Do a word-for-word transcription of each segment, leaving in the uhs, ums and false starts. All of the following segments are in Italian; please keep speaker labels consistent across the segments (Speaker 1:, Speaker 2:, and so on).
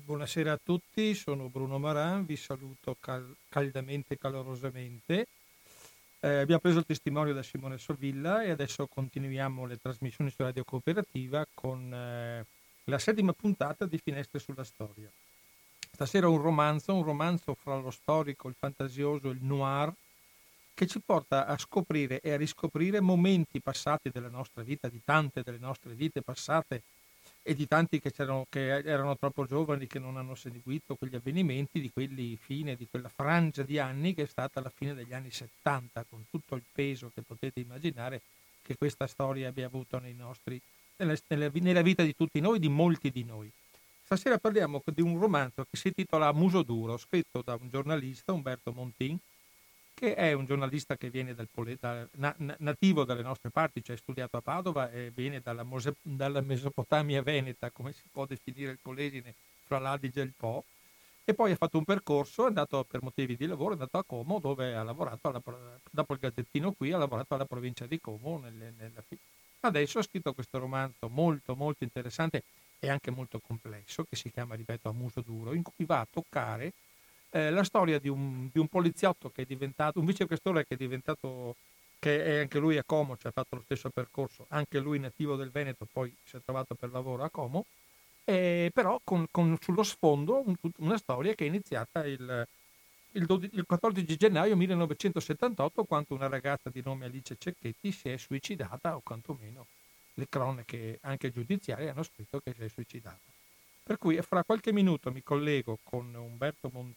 Speaker 1: Buonasera a tutti, sono Bruno Maran, vi saluto cal- caldamente e calorosamente. Eh, abbiamo preso il testimonio da Simone Sovilla e adesso continuiamo le trasmissioni su Radio Cooperativa con eh, la settima puntata di Finestre sulla Storia. Stasera un romanzo, un romanzo fra lo storico, il fantasioso, il noir, che ci porta a scoprire e a riscoprire momenti passati della nostra vita, di tante delle nostre vite passate e di tanti che, c'erano, che erano troppo giovani, che non hanno seguito quegli avvenimenti, di quelli fine, di quella frangia di anni che è stata la fine degli anni settanta, con tutto il peso che potete immaginare che questa storia abbia avuto nei nostri, nella, nella, nella vita di tutti noi, di molti di noi. Stasera parliamo di un romanzo che si intitola Muso Duro, scritto da un giornalista, Umberto Montin, che è un giornalista che viene dal, da, na, nativo dalle nostre parti, cioè studiato a Padova e viene dalla, Mose, dalla Mesopotamia veneta, come si può definire il Polesine, fra l'Adige e il Po, e poi ha fatto un percorso, è andato per motivi di lavoro, è andato a Como, dove ha lavorato, alla, dopo il Gazzettino qui, ha lavorato alla provincia di Como. Nelle, nella, adesso ha scritto questo romanzo molto molto interessante e anche molto complesso, che si chiama, ripeto, A Muso Duro, in cui va a toccare Eh, la storia di un, di un poliziotto che è diventato, un vicequestore che è diventato, che è anche lui a Como, cioè ha fatto lo stesso percorso, anche lui nativo del Veneto, poi si è trovato per lavoro a Como, eh, però con, con sullo sfondo un, una storia che è iniziata il, il, dodici, il quattordici gennaio millenovecentosettantotto, quando una ragazza di nome Alice Cecchetti si è suicidata, o quantomeno le cronache anche giudiziarie hanno scritto che si è suicidata. Per cui fra qualche minuto mi collego con Umberto Montin,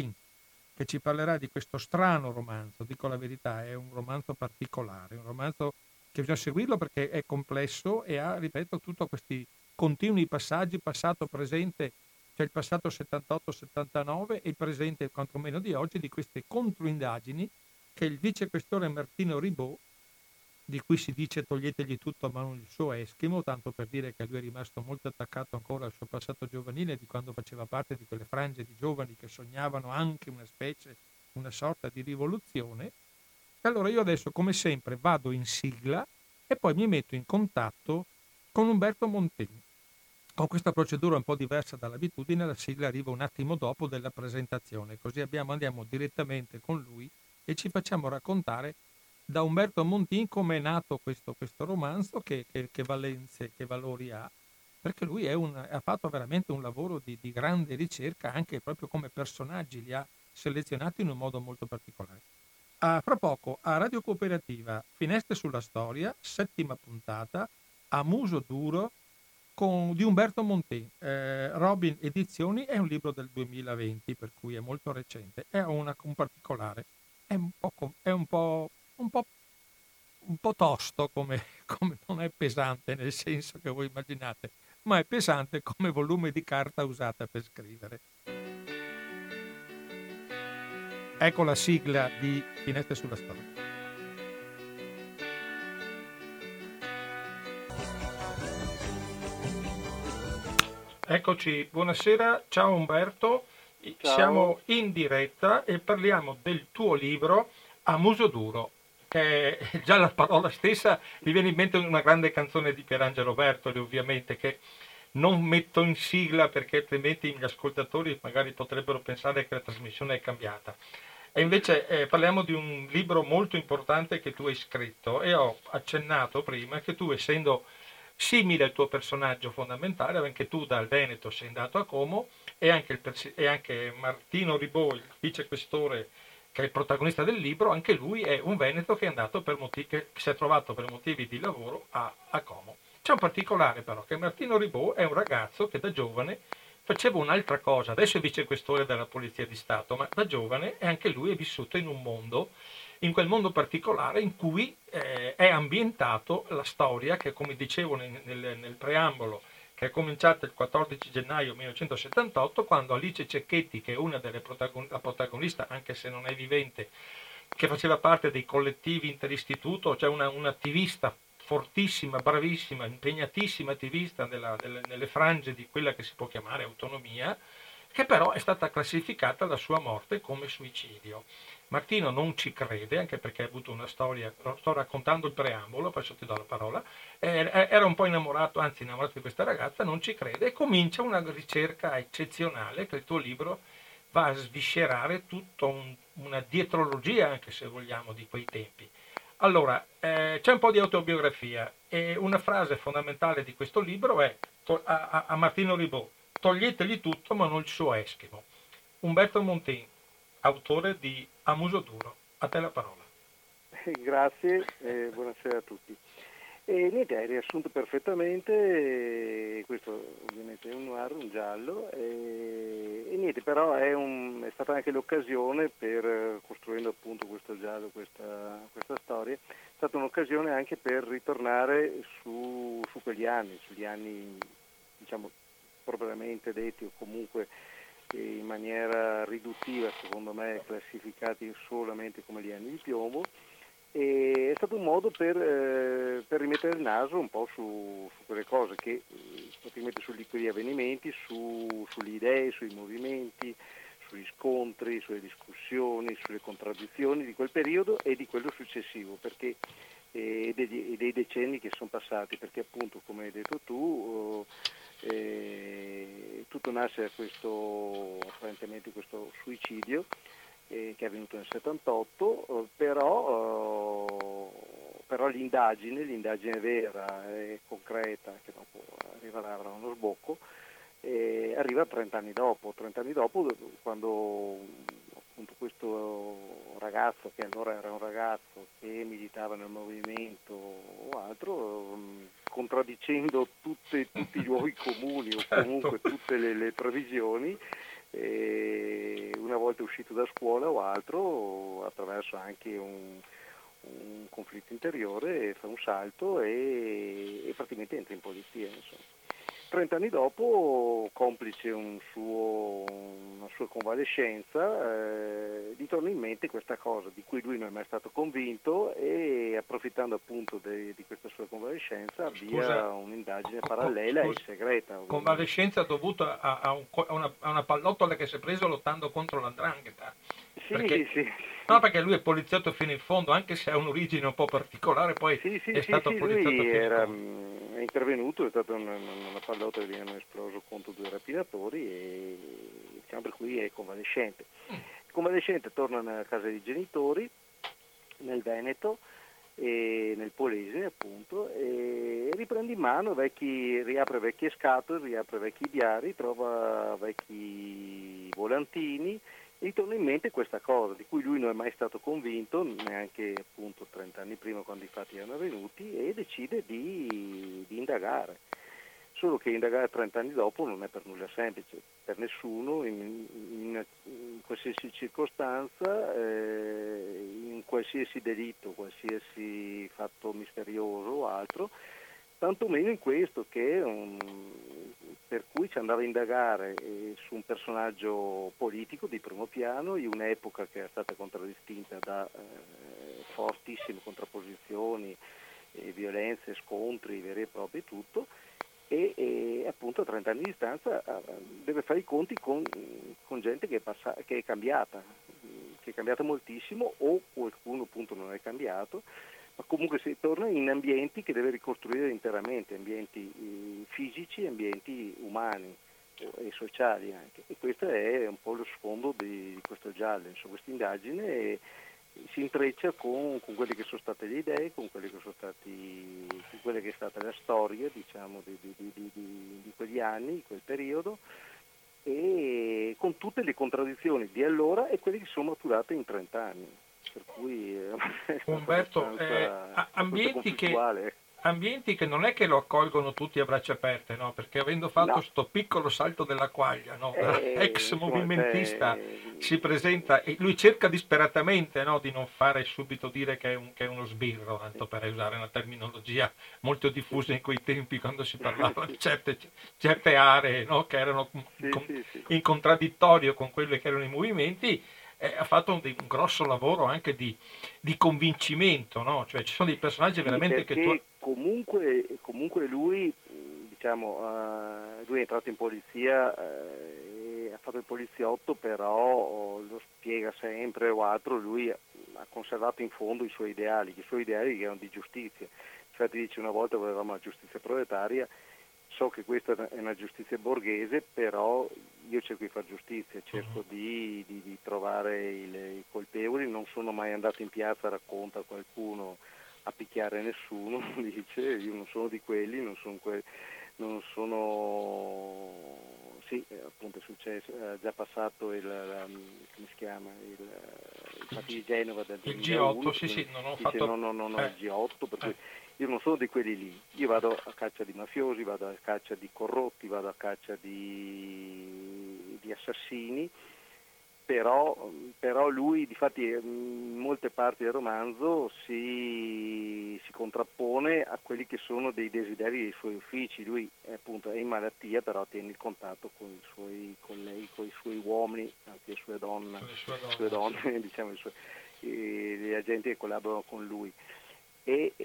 Speaker 1: che ci parlerà di questo strano romanzo. Dico la verità, è un romanzo particolare, un romanzo che bisogna seguirlo perché è complesso e ha, ripeto, tutti questi continui passaggi, passato, presente, cioè il passato settantotto settantanove e il presente, quantomeno di oggi, di queste controindagini che il vicequestore Martino Ribot, di cui si dice toglietegli tutto ma non il suo Eschimo, tanto per dire che lui è rimasto molto attaccato ancora al suo passato giovanile, di quando faceva parte di quelle frange di giovani che sognavano anche una specie, una sorta di rivoluzione. E allora io adesso, come sempre, vado in sigla e poi mi metto in contatto con Umberto Montin. Con questa procedura un po' diversa dall'abitudine, la sigla arriva un attimo dopo della presentazione, così abbiamo, andiamo direttamente con lui e ci facciamo raccontare da Umberto Montin come è nato questo, questo romanzo, che, che, che valenze, che valori ha, perché lui è un, ha fatto veramente un lavoro di, di grande ricerca, anche proprio come personaggi, li ha selezionati in un modo molto particolare. Ah, fra poco a Radio Cooperativa, Finestre sulla Storia, settima puntata, A Muso Duro, con, di Umberto Montin. Eh, Robin Edizioni, è un libro del duemilaventi, per cui è molto recente, è una, un particolare, è un po', è un po' un po', un po' tosto, come, come non è pesante nel senso che voi immaginate, ma è pesante come volume di carta usata per scrivere. Ecco la sigla di Finestre sulla Storia. Eccoci, buonasera, ciao Umberto,
Speaker 2: Ciao.
Speaker 1: Siamo in diretta e parliamo del tuo libro A Muso Duro, che è già la parola stessa, mi viene in mente una grande canzone di Pierangelo Bertoli, ovviamente, che non metto in sigla perché altrimenti gli ascoltatori magari potrebbero pensare che la trasmissione è cambiata. E invece eh, parliamo di un libro molto importante che tu hai scritto, e ho accennato prima che tu, essendo simile al tuo personaggio fondamentale, anche tu dal Veneto sei andato a Como, e anche, il persi- e anche Martino Ribot, il vicequestore che è il protagonista del libro, anche lui è un veneto che è andato per motivi, che si è trovato per motivi di lavoro a, a Como. C'è un particolare però, che Martino Ribot è un ragazzo che da giovane faceva un'altra cosa, adesso è vicequestore della Polizia di Stato, ma da giovane e anche lui è vissuto in un mondo, in quel mondo particolare in cui eh, è ambientato la storia che, come dicevo nel, nel, nel preambolo, che è cominciata il quattordici gennaio millenovecentosettantotto, quando Alice Cecchetti, che è una delle protagon- la protagonista, anche se non è vivente, che faceva parte dei collettivi interistituto, cioè una, un'attivista fortissima, bravissima, impegnatissima attivista nella, nelle, nelle frange di quella che si può chiamare autonomia, che però è stata classificata la sua morte come suicidio. Martino non ci crede, anche perché ha avuto una storia, sto raccontando il preambolo, poi ti do la parola, era un po' innamorato, anzi innamorato di questa ragazza, non ci crede e comincia una ricerca eccezionale che il tuo libro va a sviscerare tutta un, una dietrologia, anche se vogliamo, di quei tempi. Allora, eh, c'è un po' di autobiografia e una frase fondamentale di questo libro è a, a Martino Ribot: toglietegli tutto ma non il suo Eschimo. Umberto Montin, autore di A muso duro. A te la parola.
Speaker 2: Grazie e buonasera a tutti. E niente, hai riassunto perfettamente, e questo ovviamente è un noir, un giallo, e, e niente, però è, un, è stata anche l'occasione per, costruendo appunto questo giallo, questa, questa storia, è stata un'occasione anche per ritornare su, su quegli anni, sugli anni diciamo propriamente detti o comunque in maniera riduttiva secondo me classificati solamente come gli anni di piombo. E è stato un modo per, eh, per rimettere il naso un po' su, su quelle cose che praticamente su quegli avvenimenti, su, sulle idee, sui movimenti, sugli scontri, sulle discussioni, sulle contraddizioni di quel periodo e di quello successivo, perché e dei, dei decenni che sono passati, perché appunto come hai detto tu eh, tutto nasce da questo apparentemente questo suicidio che è avvenuto nel settantotto, però, però l'indagine, l'indagine vera e concreta, che dopo arriverà avrà uno sbocco, eh, arriva trenta anni dopo, trenta anni dopo quando appunto questo ragazzo, che allora era un ragazzo che militava nel movimento o altro, contraddicendo tutte, tutti i luoghi comuni o comunque tutte le, le previsioni, e una volta uscito da scuola o altro, attraverso anche un, un conflitto interiore, fa un salto e, e praticamente entra in polizia. Insomma. trenta anni dopo, complice un suo, una sua convalescenza, eh, gli torna in mente questa cosa di cui lui non è mai stato convinto e approfittando appunto de, di questa sua convalescenza avvia un'indagine parallela
Speaker 1: scusa,
Speaker 2: e segreta. Ovviamente.
Speaker 1: Convalescenza dovuta a, a, un, a, una, a una pallottola che si è preso lottando contro l'andrangheta.
Speaker 2: Sì,
Speaker 1: perché,
Speaker 2: sì.
Speaker 1: No, perché lui è poliziotto fino in fondo, anche se ha un'origine un po' particolare, poi
Speaker 2: sì, sì,
Speaker 1: è
Speaker 2: sì,
Speaker 1: stato
Speaker 2: sì,
Speaker 1: poliziotto
Speaker 2: lui
Speaker 1: fino
Speaker 2: era,
Speaker 1: in fondo.
Speaker 2: È intervenuto, è stata una, una pallottola che hanno esploso contro due rapinatori e diciamo per cui è convalescente. Il convalescente torna a casa dei genitori nel Veneto, e nel Polesine appunto, e riprende in mano vecchi, riapre vecchie scatole, riapre vecchi diari, trova vecchi volantini e gli torna in mente questa cosa di cui lui non è mai stato convinto, neanche appunto trenta anni prima quando i fatti erano avvenuti, e decide di, di indagare. Solo che indagare trenta anni dopo non è per nulla semplice, per nessuno, in, in, in qualsiasi circostanza, eh, in qualsiasi delitto, qualsiasi fatto misterioso o altro, tantomeno in questo che un, per cui ci andava a indagare eh, su un personaggio politico di primo piano in un'epoca che è stata contraddistinta da eh, fortissime contrapposizioni, eh, violenze, scontri veri e propri e tutto. E, e appunto a trenta anni di distanza deve fare i conti con, con gente che è, passa, che è cambiata, che è cambiata moltissimo o qualcuno appunto non è cambiato, ma comunque si torna in ambienti che deve ricostruire interamente, ambienti eh, fisici, ambienti umani e sociali anche. E questo è un po' lo sfondo di, di questo giallo, insomma questa indagine è, si intreccia con, con quelle che sono state le idee, con quelle che sono stati, con quelle che è stata la storia, diciamo, di, di, di, di, di quegli anni, di quel periodo, e con tutte le contraddizioni di allora e quelle che sono maturate in trenta anni. Per cui è
Speaker 1: Umberto, eh, ambienti, che, ambienti che non è che lo accolgono tutti a braccia aperte, no? Perché avendo fatto questo no. piccolo salto della quaglia, no? Da eh, ex insomma, movimentista te... si presenta e lui cerca disperatamente, no? Di non fare subito dire che è, un, che è uno sbirro, tanto per usare una terminologia molto diffusa in quei tempi quando si parlava di certe, certe aree, no? Che erano
Speaker 2: sì,
Speaker 1: con,
Speaker 2: sì, sì.
Speaker 1: in contraddittorio con quelli che erano i movimenti. Eh, ha fatto un, un grosso lavoro anche di, di convincimento, no? Cioè ci sono dei personaggi
Speaker 2: sì,
Speaker 1: veramente che tu...
Speaker 2: comunque, comunque lui, diciamo, uh, lui è entrato in polizia uh, e ha fatto fatto il poliziotto, però lo spiega sempre o altro, lui ha conservato in fondo i suoi ideali, i suoi ideali che erano di giustizia. Infatti dice, una volta volevamo la giustizia proletaria, so che questa è una giustizia borghese, però io cerco di fare giustizia, cerco di, di, di trovare il, i colpevoli, non sono mai andato in piazza, racconta a qualcuno, a picchiare nessuno, dice, io non sono di quelli, non sono quelli, non sono, sì, appunto è successo, è già passato il, la, come si chiama, il, il fatto di Genova del
Speaker 1: Il G otto,
Speaker 2: duemilauno,
Speaker 1: sì, sì, non ho
Speaker 2: dice
Speaker 1: fatto...
Speaker 2: no, no, no, no,
Speaker 1: Eh,
Speaker 2: il G otto, per
Speaker 1: eh.
Speaker 2: cui io non sono di quelli lì, io vado a caccia di mafiosi, vado a caccia di corrotti, vado a caccia di, di assassini, però, però lui, difatti, in molte parti del romanzo si, si contrappone a quelli che sono dei desideri dei suoi uffici. Lui appunto è in malattia, però tiene il contatto con i suoi colleghi, con i suoi uomini, anche le sue donne,
Speaker 1: le sue donne,
Speaker 2: sue donne diciamo, i suoi, eh, gli agenti che collaborano con lui. E,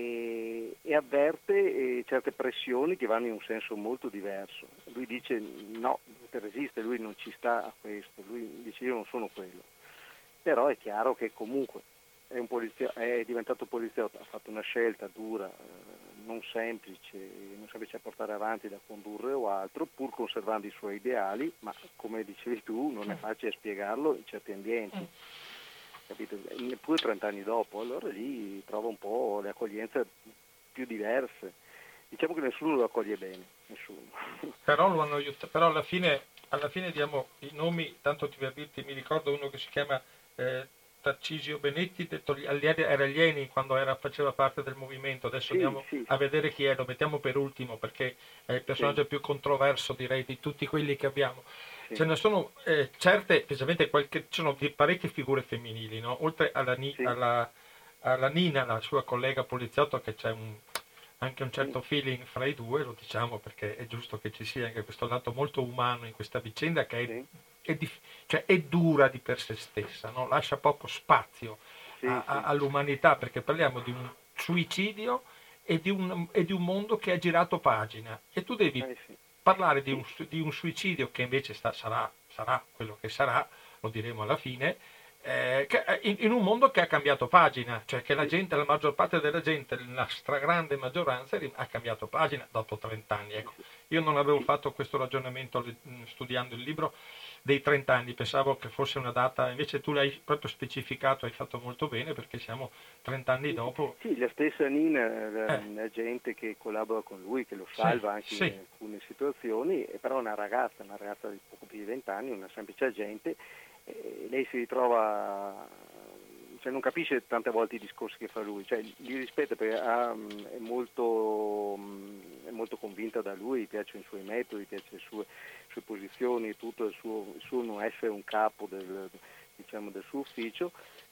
Speaker 2: e, e avverte eh, certe pressioni che vanno in un senso molto diverso. Lui dice no, per resistere, lui non ci sta a questo, lui dice io non sono quello, però è chiaro che comunque è, un polizio- è diventato poliziotto, ha fatto una scelta dura, eh, non semplice, non semplice da portare avanti, da condurre o altro, pur conservando i suoi ideali, ma come dicevi tu non è facile spiegarlo in certi ambienti. Capito? Neppure trent'anni dopo, allora lì trova un po' le accoglienze più diverse. Diciamo che nessuno lo accoglie bene, nessuno.
Speaker 1: Però lo hanno aiutato, però alla fine, alla fine diamo i nomi, tanto per dirti, mi ricordo uno che si chiama eh, Tarcisio Benetti, detto agli alieni, era alieni quando era, faceva parte del movimento, adesso
Speaker 2: Sì,
Speaker 1: andiamo
Speaker 2: sì,
Speaker 1: a vedere chi è, lo mettiamo per ultimo perché è il personaggio
Speaker 2: sì,
Speaker 1: più controverso direi di tutti quelli che abbiamo. Ce
Speaker 2: sì,
Speaker 1: ne sono eh, certe, specialmente qualche, ci sono di parecchie figure femminili, no? Oltre alla, Ni-
Speaker 2: sì,
Speaker 1: alla, alla Nina, la sua collega poliziotto, che c'è un, anche un
Speaker 2: sì,
Speaker 1: certo feeling fra i due, lo diciamo perché è giusto che ci sia anche questo lato molto umano in questa vicenda che è,
Speaker 2: sì,
Speaker 1: è, dif- cioè è dura di per sé stessa, no? Lascia poco spazio
Speaker 2: sì,
Speaker 1: a- a-
Speaker 2: sì,
Speaker 1: all'umanità perché parliamo di un suicidio e di un, e di un mondo che ha girato pagina e tu devi
Speaker 2: eh sì,
Speaker 1: parlare di un,
Speaker 2: sì,
Speaker 1: su- di un suicidio che invece sta- sarà, sarà quello che sarà, lo diremo alla fine, eh, che- eh, in, in un mondo che ha cambiato pagina, cioè che la
Speaker 2: sì,
Speaker 1: gente, la maggior parte della gente, la stragrande maggioranza ri- ha cambiato pagina dopo trenta anni.
Speaker 2: eh
Speaker 1: Ecco,
Speaker 2: sì,
Speaker 1: io non avevo
Speaker 2: sì.
Speaker 1: fatto questo ragionamento le- mh, studiando il libro dei trenta anni, pensavo che fosse una data, invece tu l'hai proprio specificato, hai fatto molto bene perché siamo trenta anni
Speaker 2: Sì,
Speaker 1: dopo.
Speaker 2: sì, la stessa Nina, la,
Speaker 1: Eh,
Speaker 2: la gente che collabora con lui, che lo
Speaker 1: sì,
Speaker 2: salva anche in
Speaker 1: sì,
Speaker 2: alcune situazioni, è però una ragazza, una ragazza di poco più di venti anni, una semplice agente, eh, lei si ritrova, cioè non capisce tante volte i discorsi che fa lui, cioè li rispetta perché ha, mh, è, molto, mh, è molto convinta da lui, gli piacciono i suoi metodi, gli piacciono le sue, sue posizioni, tutto il suo, il suo non essere un capo del, diciamo, del suo ufficio,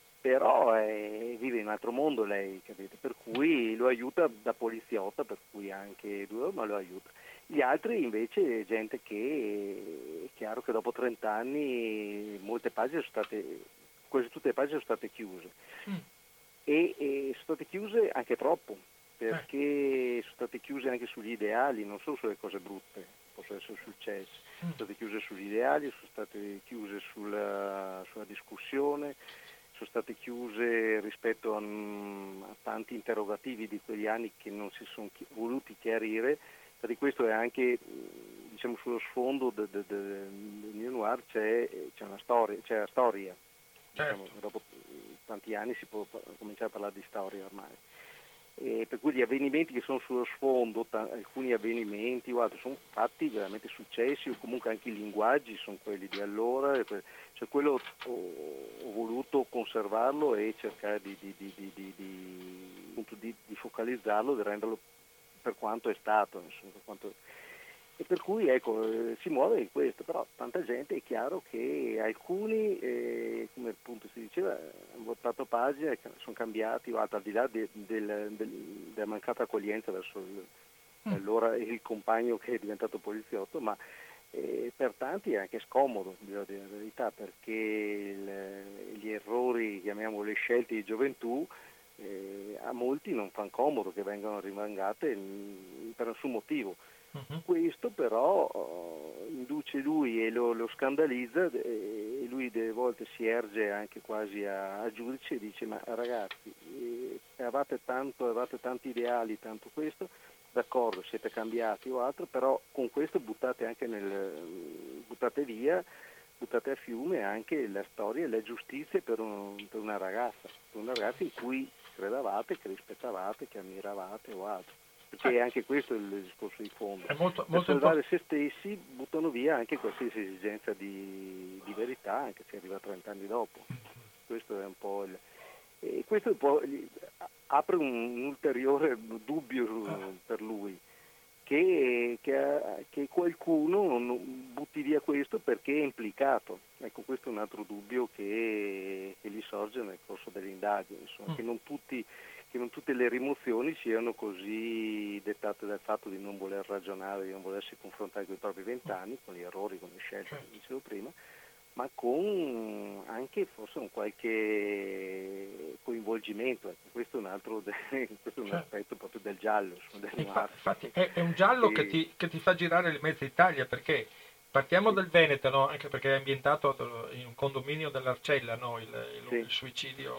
Speaker 2: però eh, vive in un altro mondo lei, capite? Per cui lo aiuta da poliziotta, per cui anche duro, ma lo aiuta. Gli altri invece è gente che è chiaro che dopo trenta anni molte pagine sono state, quasi tutte le pagine sono state chiuse
Speaker 1: mm,
Speaker 2: e, e sono state chiuse anche troppo,
Speaker 1: eh,
Speaker 2: perché sono state chiuse anche sugli ideali, non solo sulle cose brutte, possono essere successe,
Speaker 1: mm.
Speaker 2: sono state chiuse sugli ideali, sono state chiuse sulla, sulla discussione, sono state chiuse rispetto a, a tanti interrogativi di quegli anni che non si sono chi- voluti chiarire. Di questo è anche, diciamo, sullo sfondo del de, de, de Neo Noir c'è, c'è una storia, c'è la storia. Diciamo,
Speaker 1: Certo.
Speaker 2: dopo tanti anni si può cominciare a parlare di storia ormai. E per cui gli avvenimenti che sono sullo sfondo, t- alcuni avvenimenti o altri, sono fatti veramente successi o comunque anche i linguaggi sono quelli di allora, cioè quello ho, ho voluto conservarlo e cercare di, di, di, di, di, di, appunto di, di focalizzarlo, di renderlo per quanto è stato, insomma, per quanto... E per cui ecco, eh, si muove in questo, però tanta gente è chiaro che alcuni, eh, come appunto si diceva, hanno votato pagina e sono cambiati, o altro, al di là de, del, del, della mancata accoglienza verso il,
Speaker 1: Mm.
Speaker 2: allora il compagno che è diventato poliziotto, ma eh, per tanti è anche scomodo, devo dire la verità, perché il, gli errori, chiamiamoli le scelte di gioventù, eh, a molti non fanno comodo che vengano rimangate mh, per nessun motivo.
Speaker 1: Uh-huh.
Speaker 2: Questo però uh, induce lui e lo, lo scandalizza, e lui delle volte si erge anche quasi a, a giudice e dice: ma ragazzi, eh, avevate tanto, avevate tanti ideali, tanto questo, d'accordo, siete cambiati o altro, però con questo buttate anche nel, buttate via, buttate a fiume anche la storia e la giustizia per, un, per una ragazza, per una ragazza in cui credevate, che rispettavate, che ammiravate o altro. Perché anche questo è il discorso di fondo.
Speaker 1: È molto,
Speaker 2: Per
Speaker 1: molto
Speaker 2: salvare
Speaker 1: import-
Speaker 2: se stessi buttano via anche qualsiasi esigenza di, di verità, anche se arriva trenta anni dopo. Questo è un po' il... E questo un po' gli- apre un, un ulteriore dubbio per lui, che, che, che qualcuno non butti via questo perché è implicato. Ecco, questo è un altro dubbio che, che gli sorge nel corso delle indagini, insomma,
Speaker 1: Mm.
Speaker 2: che non tutti che non tutte le rimozioni siano così dettate dal fatto di non voler ragionare, di non volersi confrontare con i propri vent'anni, con gli errori, con le scelte, come dicevo prima, ma con anche forse un qualche coinvolgimento. Ecco, questo è un altro de- questo è un
Speaker 1: Cioè,
Speaker 2: aspetto proprio del giallo, insomma, del
Speaker 1: infa-
Speaker 2: noir.
Speaker 1: infatti è, è un giallo che
Speaker 2: Che,
Speaker 1: ti, che ti fa girare il mezza Italia, perché partiamo
Speaker 2: sì,
Speaker 1: dal Veneto, no? Anche perché è ambientato in un condominio dell'Arcella, no? il, il-
Speaker 2: sì,
Speaker 1: il suicidio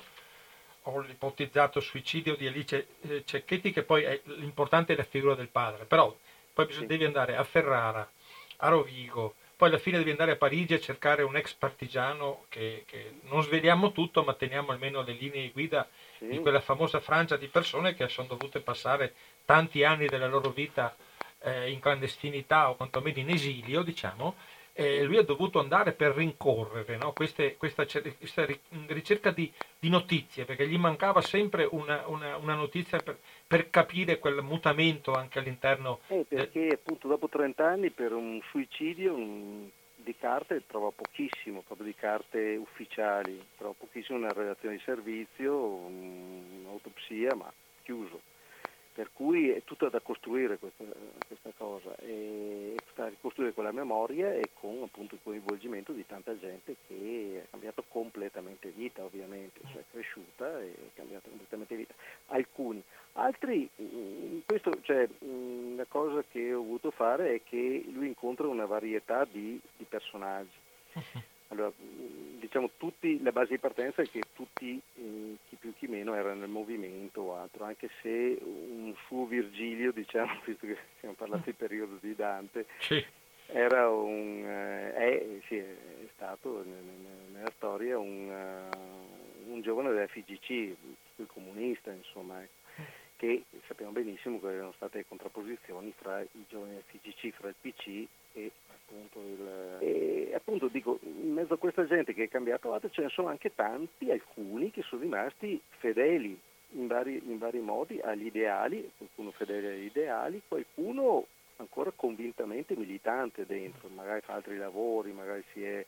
Speaker 1: o l'ipotizzato suicidio di Alice eh, Cecchetti, che poi è, l'importante è la figura del padre, però poi bisog-
Speaker 2: sì,
Speaker 1: devi andare a Ferrara, a Rovigo, poi alla fine devi andare a Parigi a cercare un ex partigiano che, che non sveliamo tutto, ma teniamo almeno le linee guida di
Speaker 2: sì.
Speaker 1: quella famosa frangia di persone che sono dovute passare tanti anni della loro vita eh, in clandestinità o quantomeno in esilio, diciamo, e
Speaker 2: Sì.
Speaker 1: lui ha dovuto andare per rincorrere, no? Queste- questa, cer- questa ri- ricerca di, di notizie, perché gli mancava sempre una, una- una notizia per, per capire quel mutamento anche all'interno
Speaker 2: Eh,
Speaker 1: del...
Speaker 2: perché appunto dopo trenta anni per un suicidio un- di carte trova pochissimo, proprio di carte ufficiali, trova pochissimo una relazione di servizio, un'autopsia, ma chiuso. Per cui è tutta da costruire questa, questa cosa, e da ricostruire con la memoria e con appunto il coinvolgimento di tanta gente che ha cambiato completamente vita, ovviamente, cioè è cresciuta e ha cambiato completamente vita. Alcuni. Altri, mh, questo, cioè, mh, la cosa che ho voluto fare è che lui incontra una varietà di, di personaggi. Allora, mh, diciamo tutti, la base di partenza è che tutti, eh, chi più chi meno, erano nel movimento o altro, anche se un suo Virgilio, diciamo, visto che stiamo parlando di periodo di Dante,
Speaker 1: Sì,
Speaker 2: era un, eh, è, sì, è stato nel- nel- nella storia un, eh, un giovane dell'F G C, il comunista, insomma, ecco, che sappiamo benissimo che erano state contrapposizioni fra i giovani del F G C, fra il P C e appunto il... E appunto dico, in mezzo a questa gente che è cambiato altro ce ne sono anche tanti, alcuni che sono rimasti fedeli in vari, in vari modi agli ideali, qualcuno fedele agli ideali, qualcuno ancora convintamente militante dentro, magari fa altri lavori, magari si è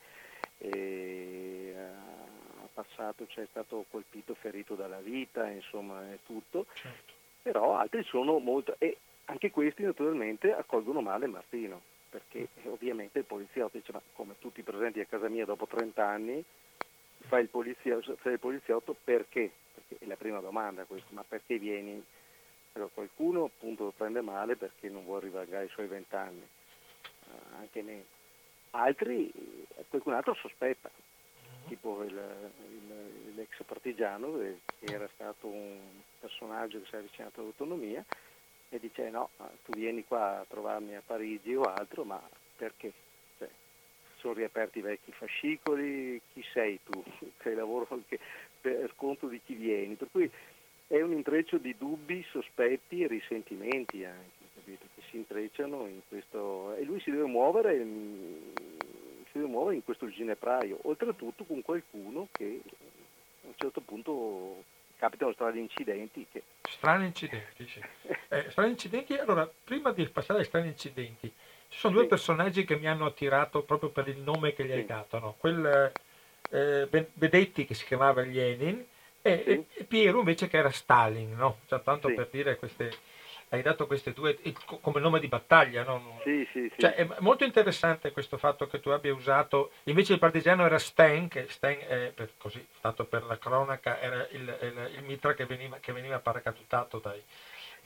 Speaker 2: eh, ha passato, cioè è stato colpito, ferito dalla vita, insomma è tutto,
Speaker 1: certo.
Speaker 2: però altri sono molto, e anche questi naturalmente accolgono male Martino, perché eh, ovviamente il poliziotto dice: ma come tutti presenti a casa mia dopo trenta anni, fai il poliziotto, fai il poliziotto perché? Perché è la prima domanda questa, ma perché vieni? Allora, qualcuno appunto lo prende male perché non vuole rivalgare i suoi vent'anni, eh, anche meno. Altri, eh, qualcun altro sospetta, tipo il, il, l'ex partigiano che era stato un personaggio che si è avvicinato all'autonomia e dice: no, tu vieni qua a trovarmi a Parigi o altro, ma perché? Cioè, sono riaperti i vecchi fascicoli, chi sei tu? Che lavoro che, per conto di chi vieni? Per cui è un intreccio di dubbi, sospetti e risentimenti anche, capito? Che si intrecciano in questo, e lui si deve muovere in, si deve muovere in questo ginepraio, oltretutto con qualcuno che a un certo punto capitano strani incidenti che...
Speaker 1: Strani incidenti, sì. Eh, strani incidenti, allora, prima di passare ai strani incidenti, ci sono due
Speaker 2: Sì,
Speaker 1: personaggi che mi hanno attirato proprio per il nome che gli hai
Speaker 2: sì,
Speaker 1: dato, no? Quel eh, Be- Bedetti che si chiamava Lenin e, e-
Speaker 2: sì,
Speaker 1: e Piero invece che era Stalin, no? Cioè, tanto
Speaker 2: sì,
Speaker 1: per dire queste, hai dato queste due e co- come nome di battaglia, no?
Speaker 2: sì, sì,
Speaker 1: Cioè,
Speaker 2: sì,
Speaker 1: è molto interessante questo fatto che tu abbia usato, invece il partigiano era Sten, che Sten è, per, così, stato per la cronaca, era il, il- il mitra che veniva, che veniva paracadutato dai,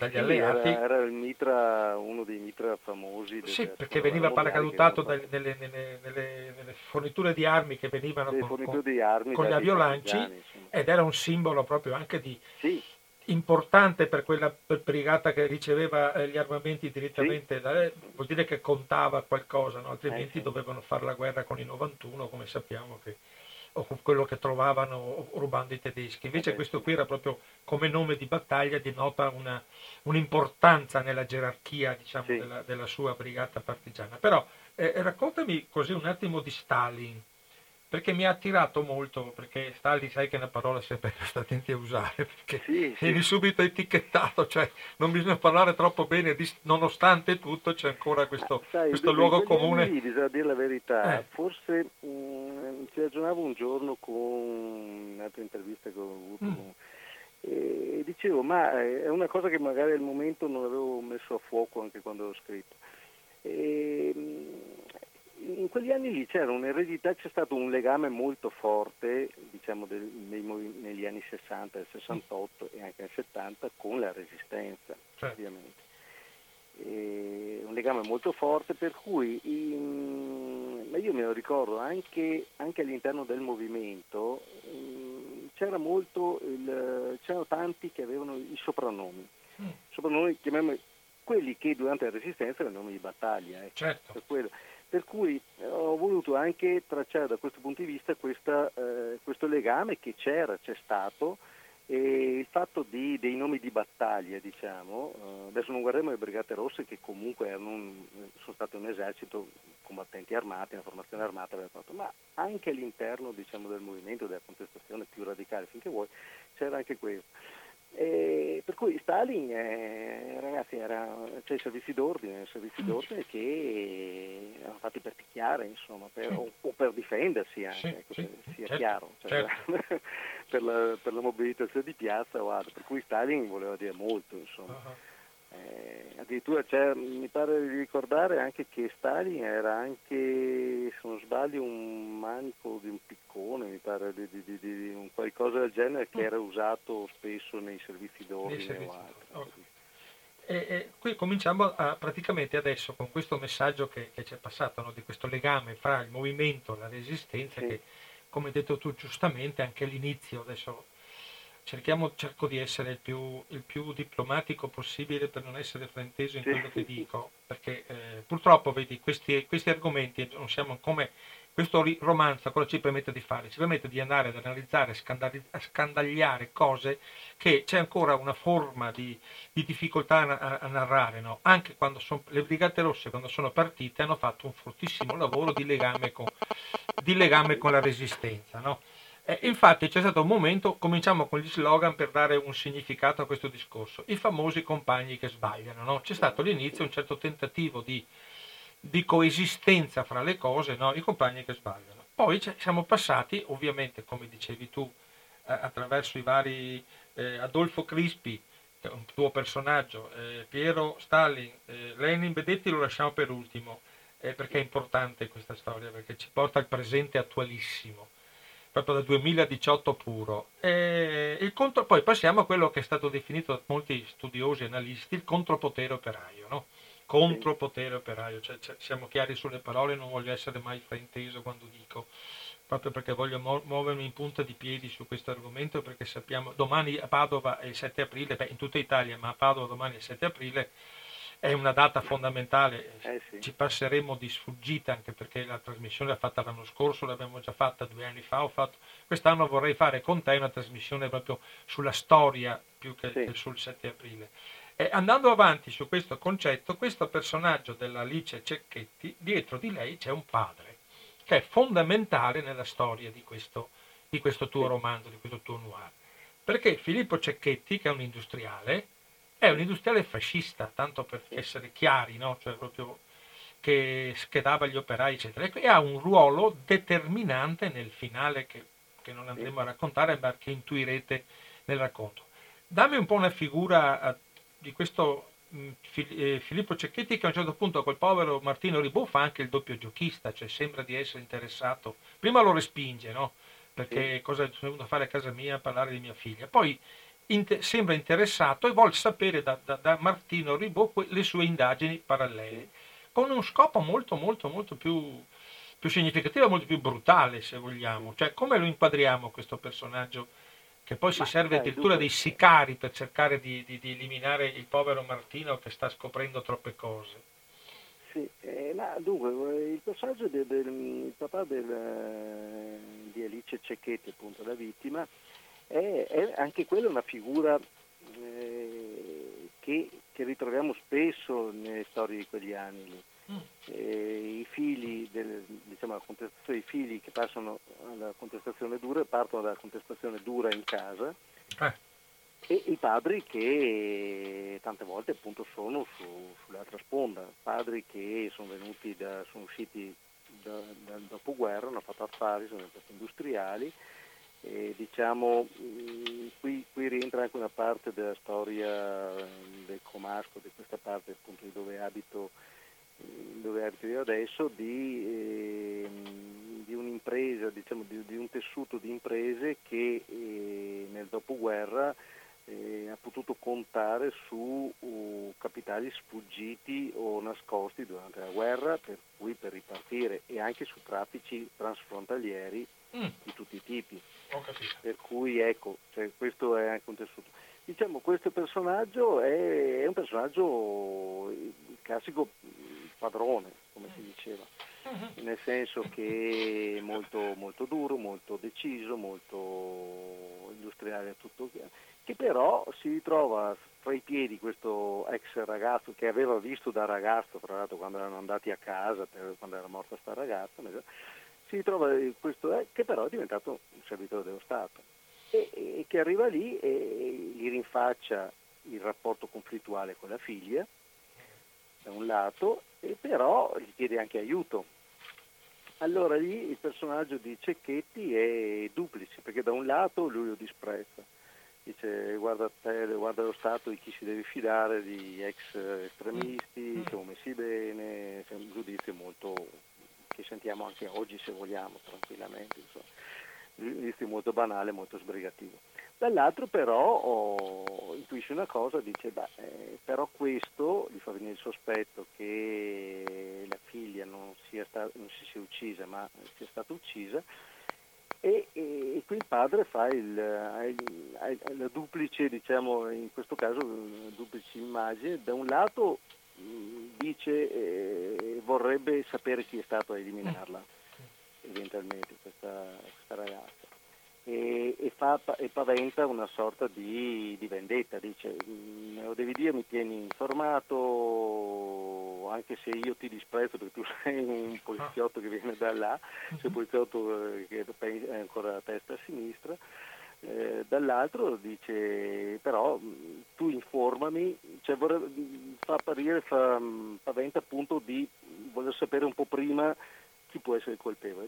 Speaker 1: dagli
Speaker 2: Sì,
Speaker 1: alleati.
Speaker 2: era, era il mitra, uno dei mitra famosi del
Speaker 1: Sì, perché
Speaker 2: seconda guerra
Speaker 1: veniva
Speaker 2: mondiale, che
Speaker 1: paracadutato
Speaker 2: avevano
Speaker 1: dai-
Speaker 2: fatto
Speaker 1: nelle, nelle- nelle- nelle forniture di armi che venivano
Speaker 2: delle
Speaker 1: con, con-
Speaker 2: forniture di armi
Speaker 1: con gli
Speaker 2: date ai
Speaker 1: aviolanci,
Speaker 2: partigiani, insomma.
Speaker 1: ed era un simbolo proprio anche di
Speaker 2: Sì,
Speaker 1: importante per quella per brigata che riceveva eh, gli armamenti
Speaker 2: sì,
Speaker 1: direttamente da, eh, vuol dire che contava qualcosa, no?
Speaker 2: eh,
Speaker 1: Altrimenti
Speaker 2: sì,
Speaker 1: dovevano fare la guerra con i novantuno, come sappiamo, che, o con quello che trovavano rubando i tedeschi.
Speaker 2: eh
Speaker 1: Invece
Speaker 2: beh,
Speaker 1: questo
Speaker 2: sì,
Speaker 1: qui era proprio come nome di battaglia, denota una, un'importanza nella gerarchia, diciamo,
Speaker 2: sì.
Speaker 1: della, della sua brigata partigiana. Però eh, raccontami così un attimo di Stalin, perché mi ha attirato molto, perché Stalin sai che è una parola sempre sta attenti a usare, perché
Speaker 2: Sì, sì.
Speaker 1: vieni subito etichettato, cioè non bisogna parlare troppo bene, di- nonostante tutto c'è ancora
Speaker 2: Ma
Speaker 1: questo,
Speaker 2: sai,
Speaker 1: questo
Speaker 2: in
Speaker 1: luogo
Speaker 2: quegli anni
Speaker 1: comune.
Speaker 2: lì, bisogna dire la verità,
Speaker 1: Eh,
Speaker 2: forse mh, ci ragionavo un giorno con un'altra intervista che ho avuto
Speaker 1: mm,
Speaker 2: con- e dicevo, ma eh, è una cosa che magari al momento non avevo messo a fuoco anche quando l'ho scritto. E, mh, in quegli anni lì c'era un'eredità, c'è stato un legame molto forte, diciamo, del- nei movi- negli anni sessanta, nel sessantotto e anche nel settanta con la resistenza,
Speaker 1: certo.
Speaker 2: ovviamente. E un legame molto forte per cui in- ma io me lo ricordo anche, anche all'interno del movimento mm, c'era molto il, c'erano tanti che avevano i soprannomi
Speaker 1: Mm,
Speaker 2: soprannomi chiamiamoli quelli che durante la resistenza erano nomi di battaglia, ecco,
Speaker 1: certo.
Speaker 2: per quello. Per cui eh, ho voluto anche tracciare da questo punto di vista questa, eh, questo legame che c'era, c'è stato, e il fatto di, dei nomi di battaglia, diciamo, eh, adesso non guardiamo le Brigate Rosse che comunque erano un- sono state un esercito, combattenti armati, una formazione armata, aveva fatto, ma anche all'interno, diciamo, del movimento, della contestazione più radicale, finché vuoi, c'era anche questo. E per cui Stalin, eh, ragazzi, era, c'è i servizi d'ordine, i servizi
Speaker 1: Mm,
Speaker 2: d'ordine che erano fatti per picchiare, insomma, per-
Speaker 1: sì,
Speaker 2: o, o per difendersi
Speaker 1: sì,
Speaker 2: anche, ecco,
Speaker 1: sì,
Speaker 2: per- sia
Speaker 1: certo,
Speaker 2: chiaro, cioè,
Speaker 1: certo.
Speaker 2: per, la, per la mobilitazione di piazza o altro, per cui Stalin voleva dire molto, insomma.
Speaker 1: Ah,
Speaker 2: Eh, addirittura c'è, mi pare di ricordare anche che Stalin era anche, se non sbaglio, un manico di un piccone, mi pare di, di, di, di un qualcosa del genere che
Speaker 1: mm,
Speaker 2: era usato spesso nei servizi
Speaker 1: nei
Speaker 2: d'ordine o
Speaker 1: servizi.
Speaker 2: altro.
Speaker 1: Ok. E, e qui cominciamo a, praticamente adesso con questo messaggio che, che ci è passato, no? Di questo legame fra il movimento e la resistenza
Speaker 2: Sì,
Speaker 1: che, come hai detto tu giustamente, anche all'inizio, adesso cerchiamo, cerco di essere il più, il più diplomatico possibile per non essere frainteso in
Speaker 2: sì,
Speaker 1: quello che dico, perché eh, purtroppo vedi questi, questi argomenti non siamo come questo ri- romanzo cosa ci permette di fare? Ci permette di andare ad analizzare, scandali- a scandagliare cose che c'è ancora una forma di, di difficoltà a, a narrare, no? Anche quando son, le Brigate Rosse, quando sono partite, hanno fatto un fortissimo lavoro di legame con, di legame
Speaker 2: sì,
Speaker 1: con la resistenza, no? Eh,
Speaker 2: sì,
Speaker 1: infatti c'è stato un momento, cominciamo con gli slogan per dare un significato a questo discorso, i famosi compagni che sbagliano, no? C'è stato
Speaker 2: esatto, sì,
Speaker 1: all'inizio un certo tentativo di, di coesistenza fra le cose, no? I compagni che sbagliano. Poi c- siamo passati, ovviamente, come dicevi tu, eh, attraverso i vari eh, Adolfo Crispi, che è un tuo personaggio, eh, Piero Stalin, eh, Lenin Benedetti lo lasciamo per ultimo, eh, perché è importante questa storia, perché ci porta al presente attualissimo, proprio dal duemiladiciotto puro. E il contro, poi passiamo a quello che è stato definito da molti studiosi e analisti il contropotere operaio, no?
Speaker 2: sì,
Speaker 1: Contropotere operaio, cioè, cioè, siamo chiari sulle parole, non voglio essere mai frainteso quando dico, proprio perché voglio mu- muovermi in punta di piedi su questo argomento, perché sappiamo, domani a Padova è il sette aprile, beh, in tutta Italia, ma a Padova domani è il sette aprile, è una data fondamentale,
Speaker 2: eh sì,
Speaker 1: ci passeremo di sfuggita anche perché la trasmissione l'ha fatta l'anno scorso, l'abbiamo già fatta due anni fa, ho fatto... quest'anno vorrei fare con te una trasmissione proprio sulla storia più che,
Speaker 2: sì,
Speaker 1: che sul sette aprile. E andando avanti su questo concetto, questo personaggio dell'Alice Cecchetti, dietro di lei c'è un padre, che è fondamentale nella storia di questo, di questo tuo
Speaker 2: sì,
Speaker 1: romanzo, di questo tuo noir. Perché Filippo Cecchetti, che è un industriale, è un
Speaker 2: sì,
Speaker 1: industriale fascista, tanto per
Speaker 2: sì,
Speaker 1: essere chiari, no? Cioè proprio che schedava gli operai, eccetera, e ha un ruolo determinante nel finale che, che non
Speaker 2: sì.
Speaker 1: andremo a raccontare, ma che intuirete nel racconto. Dammi un po' una figura eh, di questo mh, Fi- eh, Filippo Cecchetti che a un certo punto col povero Martino Ribò fa anche il doppio giochista, cioè sembra di essere interessato. Prima lo respinge, no?
Speaker 2: Sì,
Speaker 1: Perché cosa sono venuto a fare a casa mia a parlare di mia figlia. Poi inte- sembra interessato e vuole sapere da, da- da Martino Ribot que- le sue indagini parallele,
Speaker 2: sì.
Speaker 1: con uno scopo molto molto molto più, più significativo, molto più brutale, se
Speaker 2: Sì.
Speaker 1: vogliamo. Cioè, come lo inquadriamo questo personaggio che poi si
Speaker 2: Ma
Speaker 1: serve
Speaker 2: sai,
Speaker 1: addirittura dei
Speaker 2: dunque, eh,
Speaker 1: sicari per cercare di, di- di eliminare il povero Martino che sta scoprendo troppe cose?
Speaker 2: sì, eh, ma dunque, eh, il personaggio del, del- il papà del, eh, di Alice Cecchetti, appunto, la vittima, è, è anche quella una figura eh, che, che ritroviamo spesso nelle storie di quegli anni lì.
Speaker 1: Mm.
Speaker 2: Eh, I figli, del, diciamo, la contestazione, i figli che passano alla contestazione dura partono dalla contestazione dura in casa
Speaker 1: Eh,
Speaker 2: e i padri che tante volte appunto sono su, sull'altra sponda, padri che sono venuti da, sono usciti da, dal dopoguerra, hanno fatto affari, sono diventati industriali e diciamo mh, qui, qui rientra anche una parte della storia del Comasco, di questa parte appunto di dove abito, dove abito io adesso, di, eh, di un'impresa, diciamo di, di un tessuto di imprese che eh, nel dopoguerra eh, ha potuto contare su uh, capitali sfuggiti o nascosti durante la guerra, per cui per ripartire, e anche su traffici transfrontalieri
Speaker 1: mm,
Speaker 2: di tutti i tipi.
Speaker 1: ho capito.
Speaker 2: Per cui ecco, cioè, questo è anche un tessuto. Diciamo, questo personaggio è, è un personaggio, il classico padrone, come si diceva,
Speaker 1: Mhm.
Speaker 2: nel senso che è molto, molto duro, molto deciso, molto industriale a tutto, che però si ritrova fra i piedi questo ex ragazzo che aveva visto da ragazzo, tra l'altro quando erano andati a casa, per, quando era morta sta ragazza, si ritrova questo eh, che però è diventato un servitore dello Stato e, e che arriva lì e gli rinfaccia il rapporto conflittuale con la figlia, da un lato, e però gli chiede anche aiuto. Allora lì il personaggio di Cecchetti è duplice, perché da un lato lui lo disprezza, dice guarda te, guarda lo Stato di chi si deve fidare, di ex
Speaker 1: Mm,
Speaker 2: estremisti,
Speaker 1: mm.
Speaker 2: siamo messi bene, è un giudizio molto che sentiamo anche oggi se vogliamo, tranquillamente, insomma. Un giudizio molto banale, molto sbrigativo. Dall'altro però oh, intuisce una cosa, dice beh, eh, però questo gli fa venire il sospetto che la figlia non, sia sta- non si sia uccisa ma sia stata uccisa e, e, e qui il padre fa il, ha il- ha il- la duplice, diciamo in questo caso, una duplice immagine. Da un lato mh, dice eh, vorrebbe sapere chi è stato a eliminarla, eventualmente questa, questa ragazza. E, e, fa, e paventa una sorta di, di vendetta, dice "Mm, me lo devi dire, mi tieni informato anche se io ti disprezzo perché tu sei un
Speaker 1: Ah,
Speaker 2: poliziotto che viene da là, sei un
Speaker 1: mhm.
Speaker 2: poliziotto eh, che è ancora a testa a sinistra, eh, dall'altro dice però mh, tu informami, cioè vorrebbe, mh, fa apparire, fa, mh, paventa appunto di voler sapere un po' prima chi può essere il colpevole.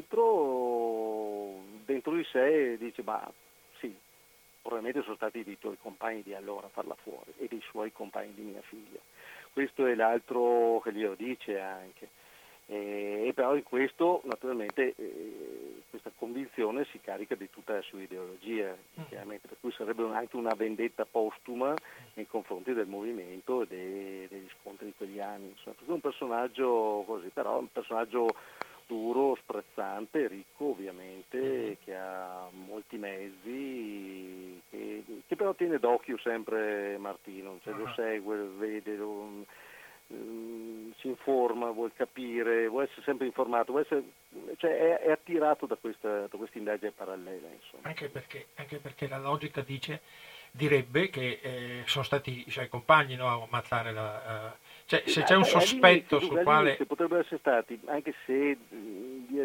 Speaker 2: Dall'altro dentro di sé dice ma sì, probabilmente sono stati i tuoi compagni di allora a farla fuori e dei suoi compagni di mia figlia. Questo è l'altro che glielo dice anche. E, e però in questo naturalmente eh, questa convinzione si carica di tutta la sua ideologia, chiaramente, per cui sarebbe anche una vendetta postuma nei confronti del movimento e dei, degli scontri di quegli anni. Insomma, è un personaggio così, però un personaggio duro, sprezzante, ricco ovviamente, che ha molti mezzi, che, che però tiene d'occhio sempre Martino, cioè lo
Speaker 1: Ah,
Speaker 2: segue, lo vede, lo, mm, si informa, vuol capire, vuole essere sempre informato, vuole essere, cioè è, è attirato da questa, da questa indagine parallela. Insomma.
Speaker 1: anche perché, anche perché la logica dice, direbbe che eh, sono stati i suoi compagni, no, a ammazzare la... eh, cioè,
Speaker 2: Sì,
Speaker 1: se
Speaker 2: ma
Speaker 1: c'è un
Speaker 2: sai, all'inizio,
Speaker 1: sospetto sul
Speaker 2: dunque,
Speaker 1: quale...
Speaker 2: all'inizio potrebbero essere stati, anche se mh, via-